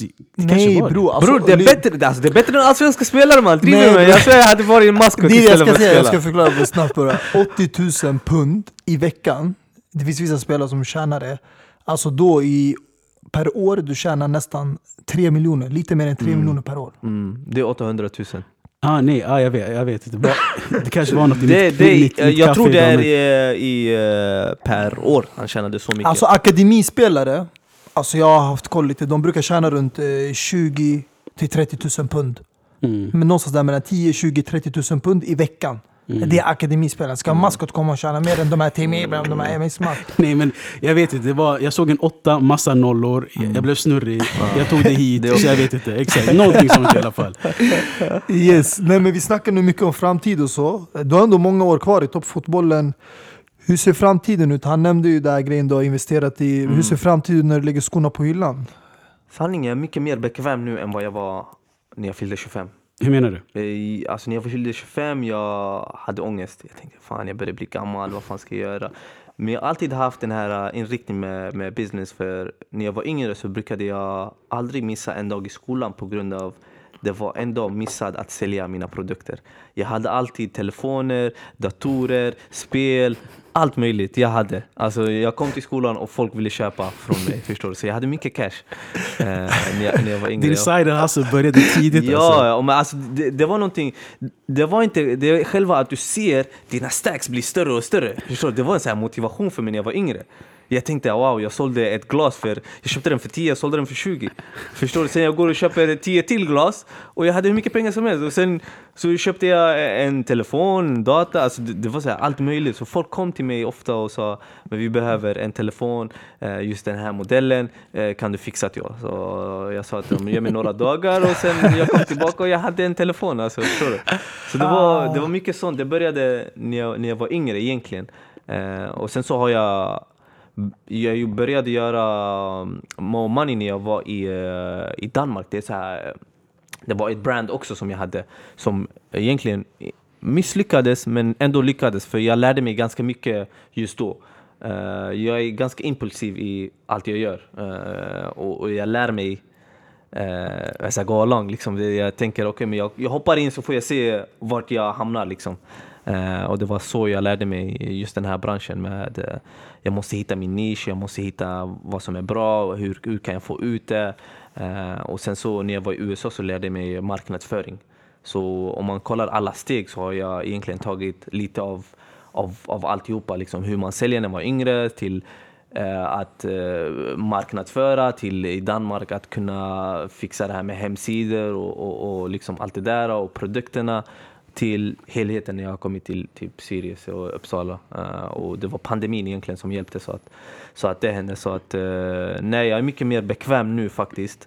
Speaker 3: Nej bro,
Speaker 2: alltså, det är bättre än allsvenska spelare, man driver med. Jag hade varit en maskot istället för att spela.
Speaker 3: Jag ska förklara det snabbt bara. 80 000 pund i veckan. Det finns vissa spelare som tjänar det. Alltså då per år du tjänar nästan 3 miljoner, lite mer än 3 miljoner per år.
Speaker 2: Det är 800 000.
Speaker 1: Jag vet inte. Det kanske var något
Speaker 2: jag tror det är per år han tjänade så mycket.
Speaker 3: Alltså akademispelare, alltså jag har haft koll lite, de brukar tjäna runt 20 till 30 000 pund. Men någonstans där mellan 10, 20, 30 000 pund i veckan. Det är akademispelare. Ska maskot komma och tjäna mer än de här de här smart?
Speaker 1: Nej, men jag vet inte. Jag såg en 8, massa nollor. Jag blev snurrig. Jag tog det hit. Så jag vet inte. Exakt. Någonting sånt i alla fall.
Speaker 3: Yes. Nej, men vi snackar nu mycket om framtid och så. Du har ändå många år kvar i toppfotbollen. Hur ser framtiden ut? Han nämnde ju den här grejen du har investerat i. Hur ser framtiden när du lägger skorna på hyllan?
Speaker 2: Sanningen är mycket mer bekväm nu än vad jag var när jag fyllde 25.
Speaker 1: Hur menar du?
Speaker 2: Alltså när jag fyllde 25, jag hade ångest. Jag tänkte, fan jag börjar bli gammal, vad fan ska jag göra? Men jag har alltid haft den här inriktningen med business. För när jag var yngre så brukade jag aldrig missa en dag i skolan på grund av det var en dag missad att sälja mina produkter. Jag hade alltid telefoner, datorer, spel, allt möjligt jag hade. Alltså jag kom till skolan och folk ville köpa från mig, förstår du? Så jag hade mycket cash när jag var yngre.
Speaker 1: Din side hustle började tidigt.
Speaker 2: Ja, men alltså det var någonting. Det var inte det själva att du ser dina stacks bli större och större. Förstår du? Det var en sån här motivation för mig när jag var yngre. Jag tänkte, wow, jag sålde ett glas jag köpte den för 10, jag sålde den för 20. Förstår du? Sen jag går och köper 10 till glas och jag hade hur mycket pengar som helst. Och sen så köpte jag en telefon, en data, alltså det var så här, allt möjligt. Så folk kom till mig ofta och sa, men vi behöver en telefon, just den här modellen, kan du fixa till oss? Så jag sa att de ger mig några dagar och sen jag kom tillbaka och jag hade en telefon, alltså, förstår du? Så det var mycket sånt, det började när jag var yngre egentligen. Och sen så har jag började göra more money när jag var i Danmark. Det är så här, det var ett brand också som jag hade som egentligen misslyckades men ändå lyckades, för jag lärde mig ganska mycket just då. Jag är ganska impulsiv i allt jag gör och jag lär mig jag går along liksom. Jag tänker okej, men jag hoppar in så får jag se vart jag hamnar liksom. Och det var så jag lärde mig just den här branschen med jag måste hitta min nisch, jag måste hitta vad som är bra och hur kan jag få ut det. Och sen så när jag var i USA så lärde jag mig marknadsföring. Så om man kollar alla steg så har jag egentligen tagit lite av alltihopa liksom, hur man säljer när man var yngre till att marknadsföra, till i Danmark att kunna fixa det här med hemsidor och liksom allt det där och produkterna, till helheten när jag har kommit till typ Sirius och Uppsala. Och det var pandemin egentligen som hjälpte så att det hände. Så att nej, jag är mycket mer bekväm nu faktiskt.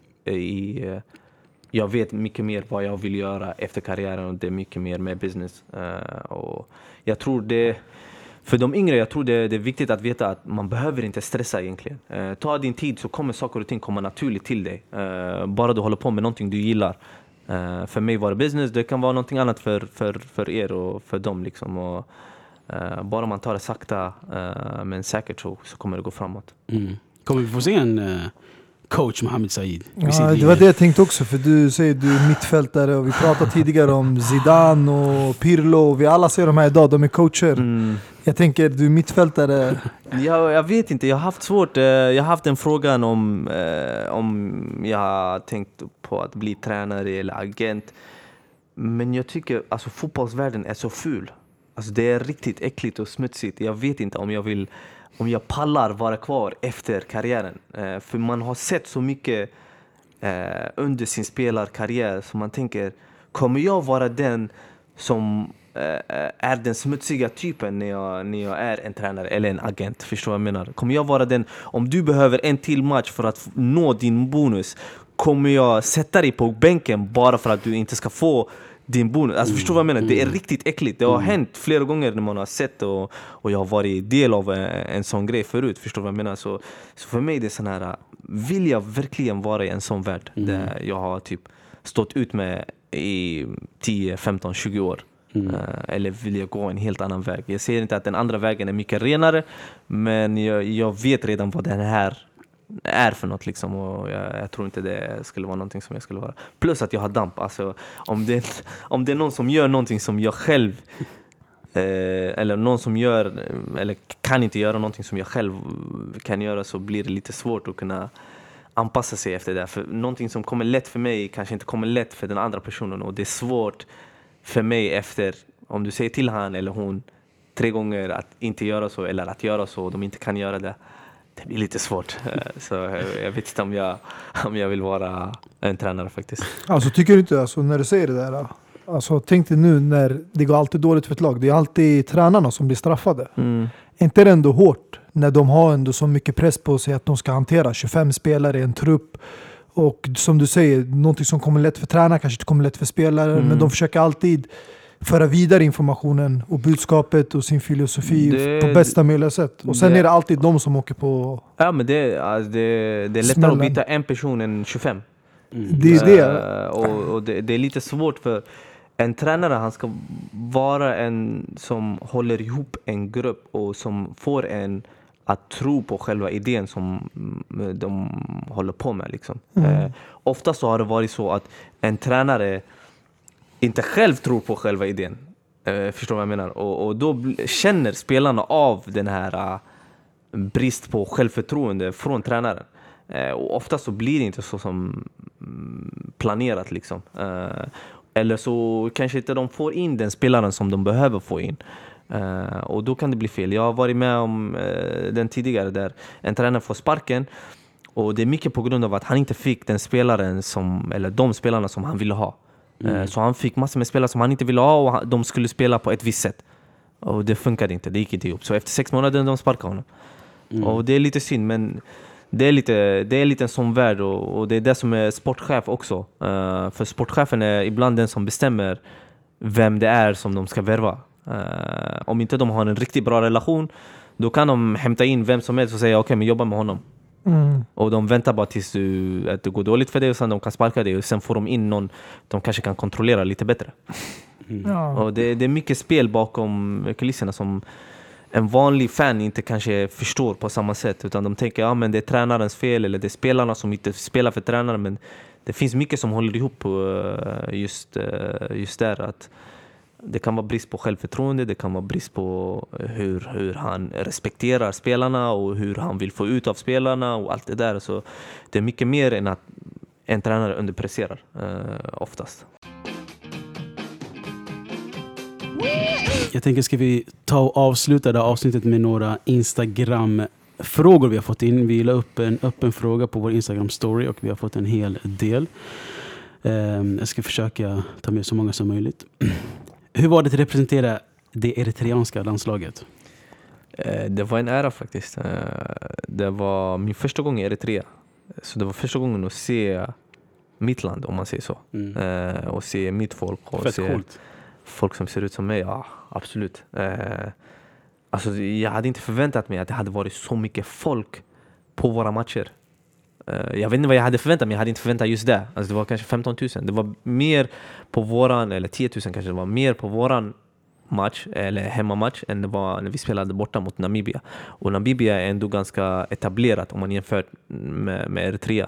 Speaker 2: Jag vet mycket mer vad jag vill göra efter karriären och det är mycket mer med business. Och jag tror det, för de yngre, jag tror det är viktigt att veta att man behöver inte stressa egentligen. Ta din tid så kommer saker och ting komma naturligt till dig. Bara du håller på med någonting du gillar. För mig var det business, det kan vara någonting annat för er och för dem liksom. Och bara man tar det sakta men säkert så kommer det gå framåt.
Speaker 1: Kommer vi få se en coach Mohamed Said?
Speaker 3: Ja, det var det jag tänkte också, för du säger du är mittfältare och vi pratade tidigare om Zidane och Pirlo, vi alla ser de här idag, de är coacher. Jag tänker, du är mittfältare.
Speaker 2: Jag vet inte, jag har haft svårt. Jag har haft en frågan om jag har tänkt på att bli tränare eller agent. Men jag tycker, alltså fotbollsvärlden är så ful. Alltså det är riktigt äckligt och smutsigt. Jag vet inte om jag pallar vara kvar efter karriären. För man har sett så mycket under sin spelarkarriär, så man tänker, kommer jag vara den som är den smutsiga typen när jag är en tränare eller en agent? Förstår vad jag menar? Kommer jag vara den, om du behöver en till match för att nå din bonus, kommer jag sätta dig på bänken bara för att du inte ska få din bonus? Alltså förstår vad jag menar? Det är riktigt äckligt. Det har hänt flera gånger när man har sett och jag har varit del av en sån grej förut. Förstår vad jag menar? Så för mig det är sån här, vill jag verkligen vara i en sån värld där jag har typ stått ut med i 10, 15, 20 år? Eller vill jag gå en helt annan väg? Jag säger inte att den andra vägen är mycket renare, men jag vet redan vad den här är för något liksom, och jag tror inte det skulle vara någonting som jag skulle vara. Plus att jag har damp. Alltså, om det är någon som gör någonting som jag själv eller någon som gör eller kan inte göra någonting som jag själv kan göra, så blir det lite svårt att kunna anpassa sig efter det. För någonting som kommer lätt för mig kanske inte kommer lätt för den andra personen, och det är svårt för mig efter, om du säger till han eller hon 3 gånger att inte göra så eller att göra så och de inte kan göra det. Det blir lite svårt. Så jag vet inte om jag vill vara en tränare faktiskt.
Speaker 3: Alltså tycker du inte, alltså, när du säger det där, alltså tänk dig nu när det går alltid dåligt för ett lag. Det är alltid tränarna som blir straffade. Är inte det ändå hårt när de har ändå så mycket press på sig att de ska hantera 25 spelare i en trupp? Och som du säger, någonting som kommer lätt för tränare kanske inte kommer lätt för spelare, men de försöker alltid föra vidare informationen och budskapet och sin filosofi på bästa möjliga sätt. Och sen är det alltid de som åker på.
Speaker 2: Ja, men det är lättare smällen. Att byta en person än 25.
Speaker 3: Det är det.
Speaker 2: Och det är lite svårt, för en tränare, han ska vara en som håller ihop en grupp och som får en att tro på själva idén som de håller på med. Liksom. Ofta så har det varit så att en tränare inte själv tror på själva idén. Förstår vad jag menar? Och då känner spelarna av den här brist på självförtroende från tränaren. Och ofta så blir det inte så som planerat. Liksom. Eller så kanske inte de får in den spelaren som de behöver få in. Och då kan det bli fel. Jag har varit med om den tidigare där en tränare får sparken. Och det är mycket på grund av att han inte fick den spelaren eller de spelarna som han ville ha. Så han fick massor med spelare som han inte ville ha och de skulle spela på ett visst sätt. Och det funkade inte, det gick inte ihop. Så efter 6 månader de sparkade honom. Och det är lite synd, men det är lite en sån värld och det är det som är sportchef också. För sportchefen är ibland den som bestämmer vem det är som de ska värva. Om inte de har en riktigt bra relation, då kan de hämta in vem som helst och säga okej, men jobba med honom. Och de väntar bara tills att det går dåligt för dig och sen de kan sparka dig och sen får de in någon de kanske kan kontrollera lite bättre. Och det är mycket spel bakom kulisserna som en vanlig fan inte kanske förstår på samma sätt, utan de tänker men det är tränarens fel eller det är spelarna som inte spelar för tränaren, men det finns mycket som håller ihop just där, att det kan vara brist på självförtroende, det kan vara brist på hur han respekterar spelarna och hur han vill få ut av spelarna och allt det där. Så det är mycket mer än att en tränare underpresterar oftast.
Speaker 1: Jag tänker, ska vi ta och avsluta det avsnittet med några Instagram-frågor vi har fått in. Vi la upp en öppen fråga på vår Instagram-story och vi har fått en hel del. Jag ska försöka ta med så många som möjligt. Hur var det att representera det eritreanska landslaget?
Speaker 2: Det var en ära faktiskt. Det var min första gång i Eritrea. Så det var första gången att se mitt land, om man säger så. Och se mitt folk. Och
Speaker 1: Fett
Speaker 2: se
Speaker 1: coolt.
Speaker 2: Folk som ser ut som mig, ja, absolut. Alltså, jag hade inte förväntat mig att det hade varit så mycket folk på våra matcher. Jag vet inte vad jag hade förväntat mig, jag hade inte förväntat just det. Alltså, det var kanske 15 000. Det var mer på våran, eller 10 000 kanske, det var mer på våran match, eller hemmamatch, än det var när vi spelade borta mot Namibia. Och Namibia är ändå ganska etablerat om man jämför med Eritrea.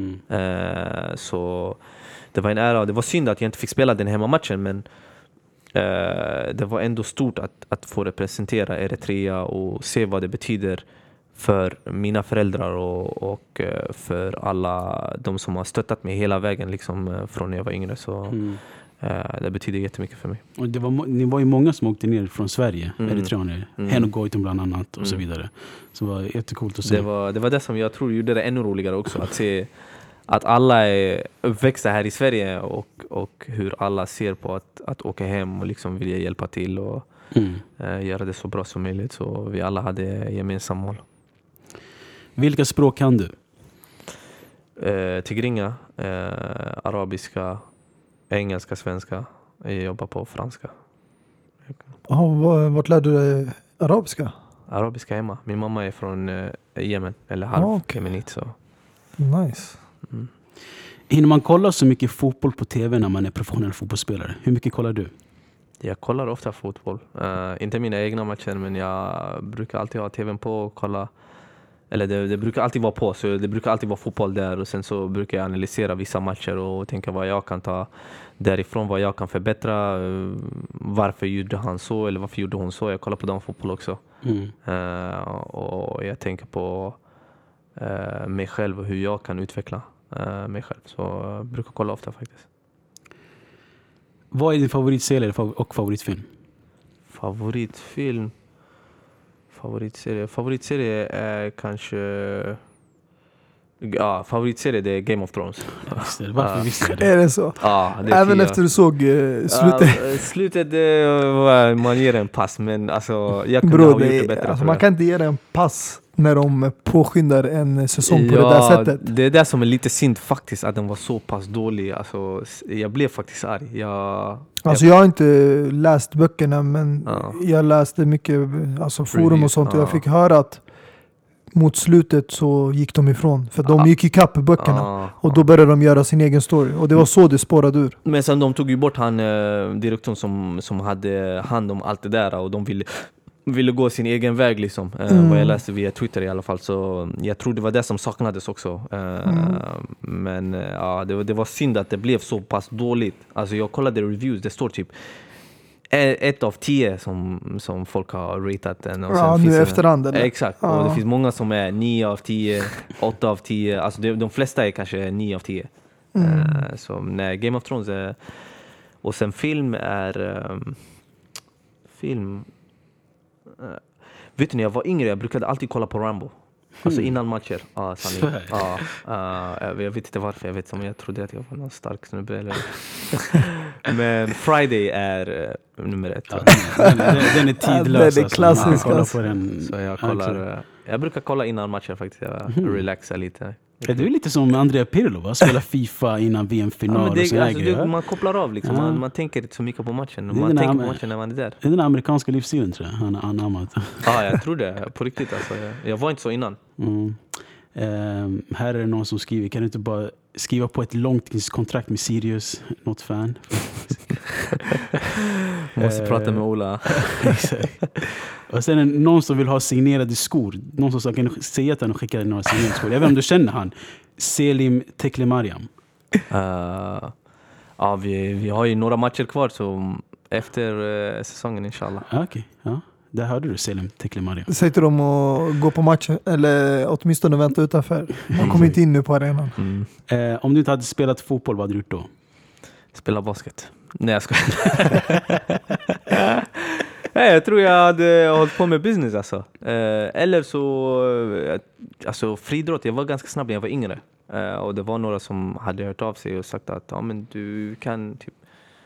Speaker 2: Så det var en ära, och det var synd att jag inte fick spela den hemmamatchen, men det var ändå stort att få representera Eritrea och se vad det betyder för mina föräldrar och för alla de som har stöttat mig hela vägen liksom, från när jag var yngre. Så det betyder jättemycket för mig.
Speaker 1: Och ni var ju många som åkte ner från Sverige, eritreaner. Hen Goitom bland annat och så vidare. Så det var jättecoolt att se.
Speaker 2: Det var det som jag tror gjorde det ännu roligare också, att se att alla är uppväxta här i Sverige och hur alla ser på att åka hem och liksom vilja hjälpa till och göra det så bra som möjligt. Så vi alla hade gemensamma mål.
Speaker 1: Vilka språk kan du?
Speaker 2: Tigringa, arabiska, engelska, svenska. Jag jobbar på franska.
Speaker 3: Vart lärde du dig arabiska?
Speaker 2: Arabiska hemma. Min mamma är från Yemen, eller halv jemenit. Så.
Speaker 3: Nice.
Speaker 1: Hinner man kolla så mycket fotboll på tv när man är professionell fotbollsspelare? Hur mycket kollar du?
Speaker 2: Jag kollar ofta fotboll. Inte mina egna matcher, men jag brukar alltid ha tvn på och kolla. Eller det brukar alltid vara på, så det brukar alltid vara fotboll där. Och sen så brukar jag analysera vissa matcher och tänka vad jag kan ta därifrån, vad jag kan förbättra. Varför gjorde han så eller varför gjorde hon så? Jag kollar på den fotboll också. Och jag tänker på mig själv och hur jag kan utveckla mig själv. Så jag brukar kolla ofta faktiskt.
Speaker 1: Vad är din favoritserie och favoritfilm?
Speaker 2: Favoritserie är kanske... Ja, favoritserie det är Game of Thrones.
Speaker 1: Varför visste jag det?
Speaker 3: Är det så?
Speaker 2: Ja, det är
Speaker 3: även efter du såg slutet?
Speaker 2: Slutet, man ger en pass, men alltså, jag kunde ha gjort det bättre.
Speaker 3: Alltså, man kan inte ge en pass när de påskyndar en säsong på det där sättet.
Speaker 2: Det är det som är lite synd faktiskt, att den var så pass dålig. Alltså, jag blev faktiskt arg. Jag
Speaker 3: har inte läst böckerna, men jag läste mycket forum och sånt, och jag fick höra att mot slutet så gick de ifrån. För de gick i kapp i böckerna. Och då började de göra sin egen story. Och det var så det spårade ur.
Speaker 2: Men sen de tog ju bort han direktorn som hade hand om allt det där. Och de ville gå sin egen väg liksom. Vad jag läste via Twitter i alla fall. Så jag tror det var det som saknades också. Men ja, det var synd att det blev så pass dåligt. Alltså jag kollade reviews, det står typ 1 av 10 som folk har ratat den. Och sen
Speaker 3: nu efterhand eller?
Speaker 2: Exakt, och det finns många som är 9 av 10, 8 av 10. Alltså de flesta är kanske 9 av 10. Så nej, Game of Thrones är... Och sen film är... Vet ni, när jag var yngre, jag brukade alltid kolla på Rambo. Alltså innan matcher. Jag vet inte varför, jag trodde att jag var någon stark snubbe eller... Men Friday är nummer 1.
Speaker 1: Den är tidlös.
Speaker 3: Den är klassisk.
Speaker 2: Så jag brukar kolla innan matcher faktiskt. Jag relaxar lite.
Speaker 1: Är du lite som Andrea Pirlo, va? Spela FIFA innan VM-final och sådär grejer?
Speaker 2: Man kopplar av liksom. Man tänker inte så mycket på matchen. Man tänker på matchen när man är där.
Speaker 1: Det är den amerikanska livsstilen, tror jag. Han har anammat.
Speaker 2: Ja, jag tror det. På riktigt alltså. Jag var inte så innan.
Speaker 1: Här är det någon som skriver: kan du inte bara skriva på ett långtidskontrakt med Sirius? Något fan.
Speaker 2: Måste prata med Ola.
Speaker 1: Och sen är det någon som vill ha signerade skor. Någon som kan säga att han skickar några signerade skor. Jag vet inte om du känner han. Selim Teklemariam.
Speaker 2: Ja, vi har ju några matcher kvar så efter säsongen inshallah.
Speaker 1: Okej, ja. Där hörde du Selim Teklemariam.
Speaker 3: Säg till dem att gå på matchen eller åtminstone vänta utanför. Man kommer inte in nu på arenan.
Speaker 1: Om du inte hade spelat fotboll, vad hade du gjort då?
Speaker 2: Spela basket. Nej, jag skojar. Jag tror jag hade hållit på med business alltså. Eller så alltså friidrott. Jag var ganska snabb när jag var yngre. Och det var några som hade hört av sig och sagt att men du kan typ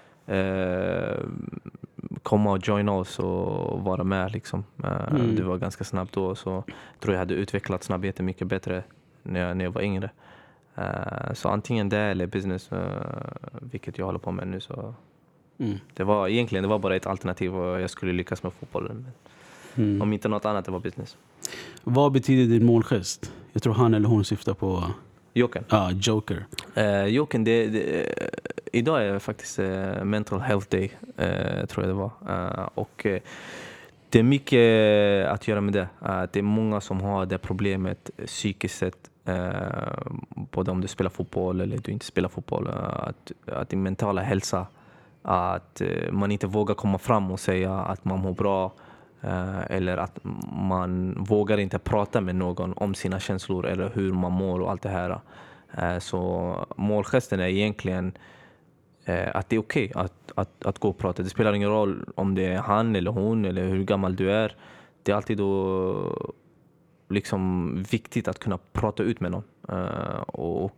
Speaker 2: komma och joina oss och vara med liksom. Du var ganska snabb då, så jag tror jag hade utvecklat snabbheten mycket bättre när jag var yngre. Så antingen det eller business, vilket jag håller på med nu, så det var bara ett alternativ och jag skulle lyckas med fotbollen. Men om inte något annat, det var business.
Speaker 1: Vad betyder din målgest? Jag tror han eller hon syftar på
Speaker 2: Jokern.
Speaker 1: Joker.
Speaker 2: Jokern, idag är det faktiskt mental health day, tror jag det var. Och det är mycket att göra med det. Det är många som har det problemet psykiskt sett. Både om du spelar fotboll eller du inte spelar fotboll. Att din mentala hälsa, att man inte vågar komma fram och säga att man mår bra. Eller att man vågar inte prata med någon om sina känslor eller hur man mår och allt det här. Så målgesten är egentligen att det är okej att gå och prata. Det spelar ingen roll om det är han eller hon eller hur gammal du är. Det är alltid då liksom viktigt att kunna prata ut med någon och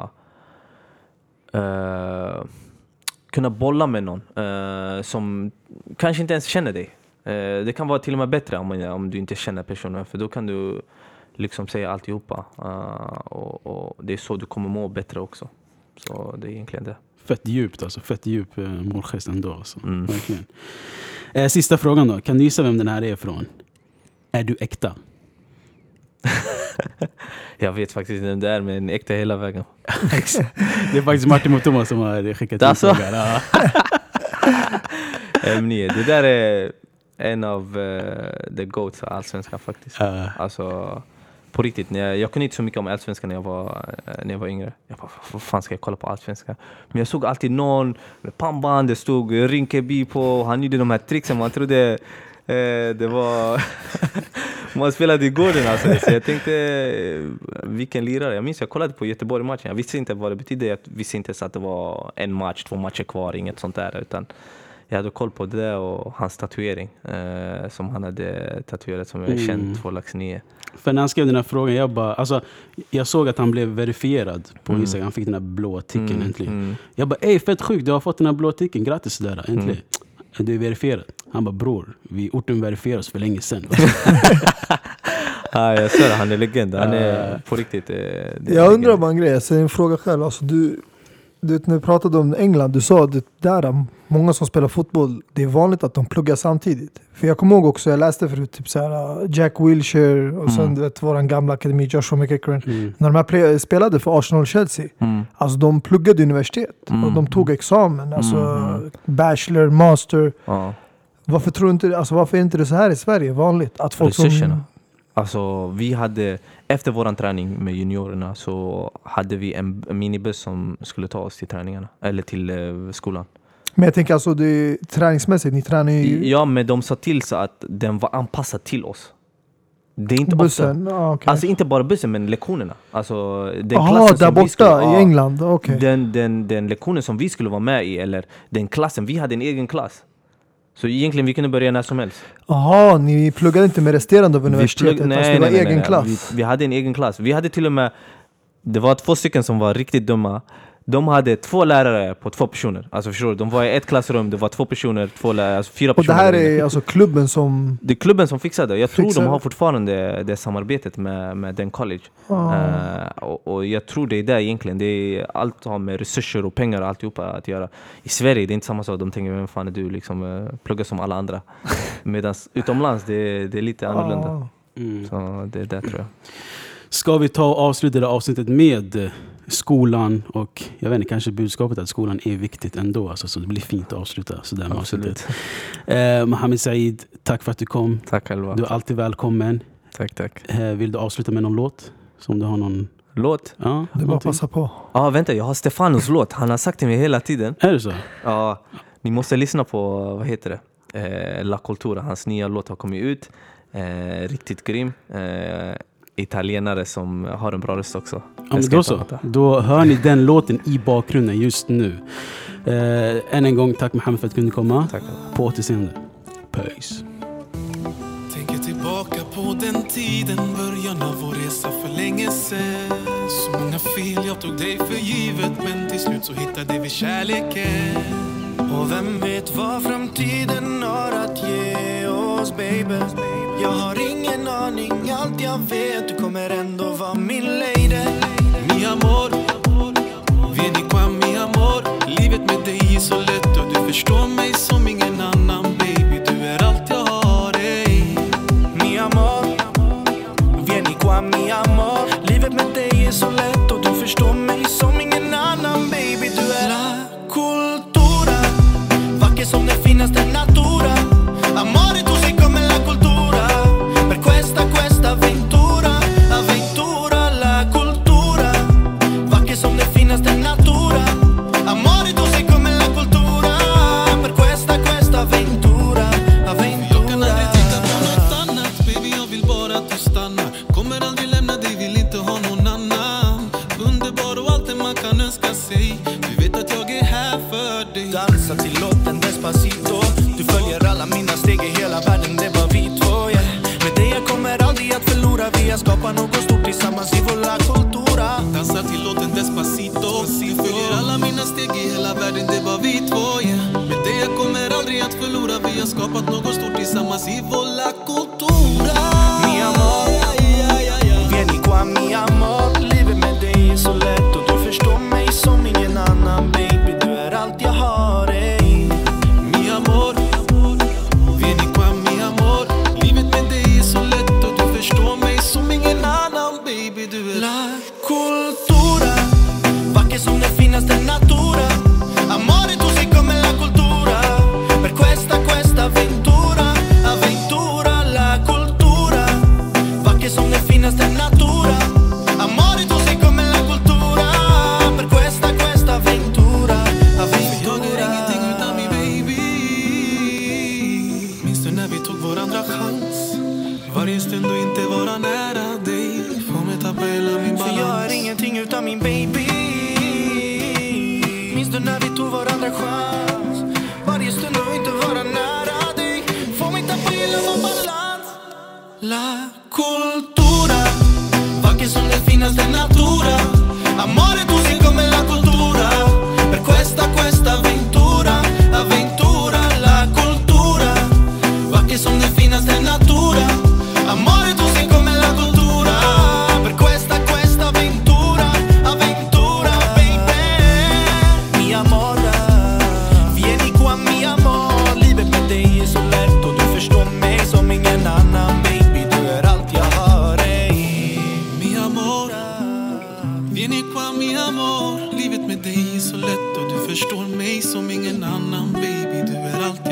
Speaker 2: kunna bolla med någon som kanske inte ens känner dig. Det kan vara till och med bättre om du inte känner personen, för då kan du liksom säga alltihopa och det är så du kommer må bättre också. Så det är egentligen det.
Speaker 1: Fett djupt alltså, fett djup målgest ändå alltså. Verkligen. Sista frågan då, kan du gissa vem den här är ifrån? Är du äkta?
Speaker 2: Jag vet faktiskt vem det är, men äkta hela vägen.
Speaker 1: Det är faktiskt Martin och Thomas som har skickat in frågan.
Speaker 2: Det där är en av the goats av allsvenskan faktiskt. Alltså på riktigt, jag kunde inte så mycket om allsvenskan när jag var yngre. Jag bara, vad fan ska jag kolla på allsvenskan? Men jag såg alltid någon med pannband, det stod Rinkeby på, han gjorde de här tricksen, man trodde det var man spelade i gården alltså. Så jag tänkte, vilken lirare. Jag minns jag kollade på Göteborg-matchen. Jag visste inte vad det betydde. Jag visste inte så att det var en match, 2 matcher kvar, inget sånt där, utan jag hade koll på det och hans tatuering som han hade tatuerat, som jag känt för Laxnie.
Speaker 1: För när han skrev den här frågan, jag såg att han blev verifierad på Instagram. Han fick den här blå ticken äntligen. Jag bara, fett sjukt, du har fått den här blå ticken. Grattis där, äntligen. Du är verifierad. Han bara, bror, vi orten verifieras för länge sedan.
Speaker 2: Jag ser det, han är legend. Han är på riktigt.
Speaker 3: Jag undrar bara en grej, så en fråga själv. Alltså, Du, när vi pratade om England, du sa det där, många som spelar fotboll, det är vanligt att de pluggar samtidigt. För jag kommer ihåg också, jag läste förut typ såhär Jack Wilshere och sen du vet våran gamla akademi Joshua McEachran. När de här spelade för Arsenal och Chelsea, alltså de pluggade universitet och de tog examen, alltså bachelor, master. Varför tror du inte, alltså varför är inte det så här i Sverige vanligt? Att folk
Speaker 2: resurserna. Alltså vi hade, efter våran träning med juniorerna så hade vi en minibuss som skulle ta oss till träningarna, eller till skolan.
Speaker 3: Men jag tänker alltså, det är träningsmässigt, ni tränar ju...
Speaker 2: Ja, men de sa till så att den var anpassad till oss. Det är inte
Speaker 3: bussen? Okay.
Speaker 2: Alltså inte bara bussen, men lektionerna. Alltså den
Speaker 3: klassen där borta i England? Okay.
Speaker 2: Den lektionen som vi skulle vara med i, eller den klassen, vi hade en egen klass. Så egentligen vi kunde börja när som helst.
Speaker 3: Jaha, ni pluggade inte med resterande av universitetet?
Speaker 2: Nej,
Speaker 3: det var egen klass?
Speaker 2: Vi hade en egen klass. Vi hade till och med, det var 2 stycken som var riktigt dumma. De hade 2 lärare på 2 personer. Alltså förstår du, de var i ett klassrum, det var 2 personer, 2 lärare, alltså 4 personer.
Speaker 3: Och det här är alltså klubben som...
Speaker 2: Det är klubben som fixade. Jag tror de har fortfarande det samarbetet med den college. Och jag tror det är det egentligen. Det är allt har med resurser och pengar och alltihopa att göra. I Sverige det är inte samma sak. De tänker, vem fan är du? Liksom, plugga som alla andra. Medan utomlands det är lite annorlunda. Så det är det tror jag.
Speaker 1: Ska vi ta och avsluta det avsnittet med skolan och jag vet inte, kanske budskapet att skolan är viktigt ändå, alltså, så det blir fint att avsluta så där med avsnittet. Mohammed Said, tack för att du kom.
Speaker 2: Tack själva.
Speaker 1: Du är alltid välkommen.
Speaker 2: Tack.
Speaker 1: Vill du avsluta med någon låt? Som du har någon
Speaker 2: låt?
Speaker 1: Ja,
Speaker 3: det bara passa på.
Speaker 2: Ja, vänta, jag har Stefanos låt. Han har sagt till mig hela tiden.
Speaker 1: Är det så?
Speaker 2: Ja, ni måste lyssna på, vad heter det? La Cultura, hans nya låt har kommit ut. Riktigt grym. Italienare som har en bra röst också.
Speaker 1: Ja, men då hör ni den låten i bakgrunden just nu. Än en gång tack Mohammed för att du kunde komma.
Speaker 2: Tack.
Speaker 1: På återseende. Peace.
Speaker 4: Tänker tillbaka på den tiden, början av vår resa för länge sedan. Så många fel, jag tog dig för givet, men till slut så hittade vi kärleken. Och vem vet vad framtiden har att ge oss, baby. Jag har ingen aning, allt jag vet, du kommer ändå vara min lady. Mi amor, vieni qua mi amor. Livet med dig är så lätt och du förstår mig som ingen annan, baby. Du är allt jag har, ey. Mi amor, vieni qua mi amor. Livet med dig är så lätt och du förstår mig som ingen annan, baby. Du är la cultura, vacker som den finaste natura. Amore tu sei come la cultura, per questa avventura, avventura, la cultura, vacker som den finaste natura. Amore tu sei come la cultura, per questa avventura, avventura. Jag kan aldrig titta på något annat, baby, jag vill bara att du stannar. Kommer aldrig lämna dig, vill inte ha någon annan. Underbar och allt det man kan önska sig. Du vet att jag är här för dig. Dansa till låten Despacito. Du följer alla mina steg i hela världen, det var vi två, yeah. Med dig jag kommer aldrig att förlora. Vi har skapat något stort tillsammans i vår la cultura. Dansa till låten Despacito. Du följer alla mina steg i hela världen, det var vi två, yeah. Med dig jag kommer aldrig att förlora. Vi har skapat något stort tillsammans i vår la cultura. Mi amor, vieni qua mi amor. Livet med dig är så lätt och du förstår mig som ingen annan, baby. Du är allt jag har, ey. Mi amor, vieni qua mi amor. Livet med dig är så lätt och du förstår mig som ingen annan, baby. Du är la cultura, vacker som den finaste natura. Amore tu sei come la cultura, per questa avventura, avventura, la cultura, vacker som den finaste natura. Amore tu sei come la cultura, per questa avventura, avventura. Jag är ingenting utan min baby. Minns du när vi tog vår andra chans? Varje stund och inte vara nära dig får mig tappa hela min balans. För jag är ingenting utan min baby. Minns du när vi tog vår andra chans? Varje stund och inte vara nära dig får mig tappa hela min balans. La cultura, vacker som den finaste natura. Amore tu sei come la cultura, per questa avventura, avventura, la cultura, vacker som den finaste natura. Amore tu sei come la cultura, per questa avventura, avventura, baby. Vieni qua mi amor, livet med dig är så lätt och du förstår mig som ingen annan baby, du är alltid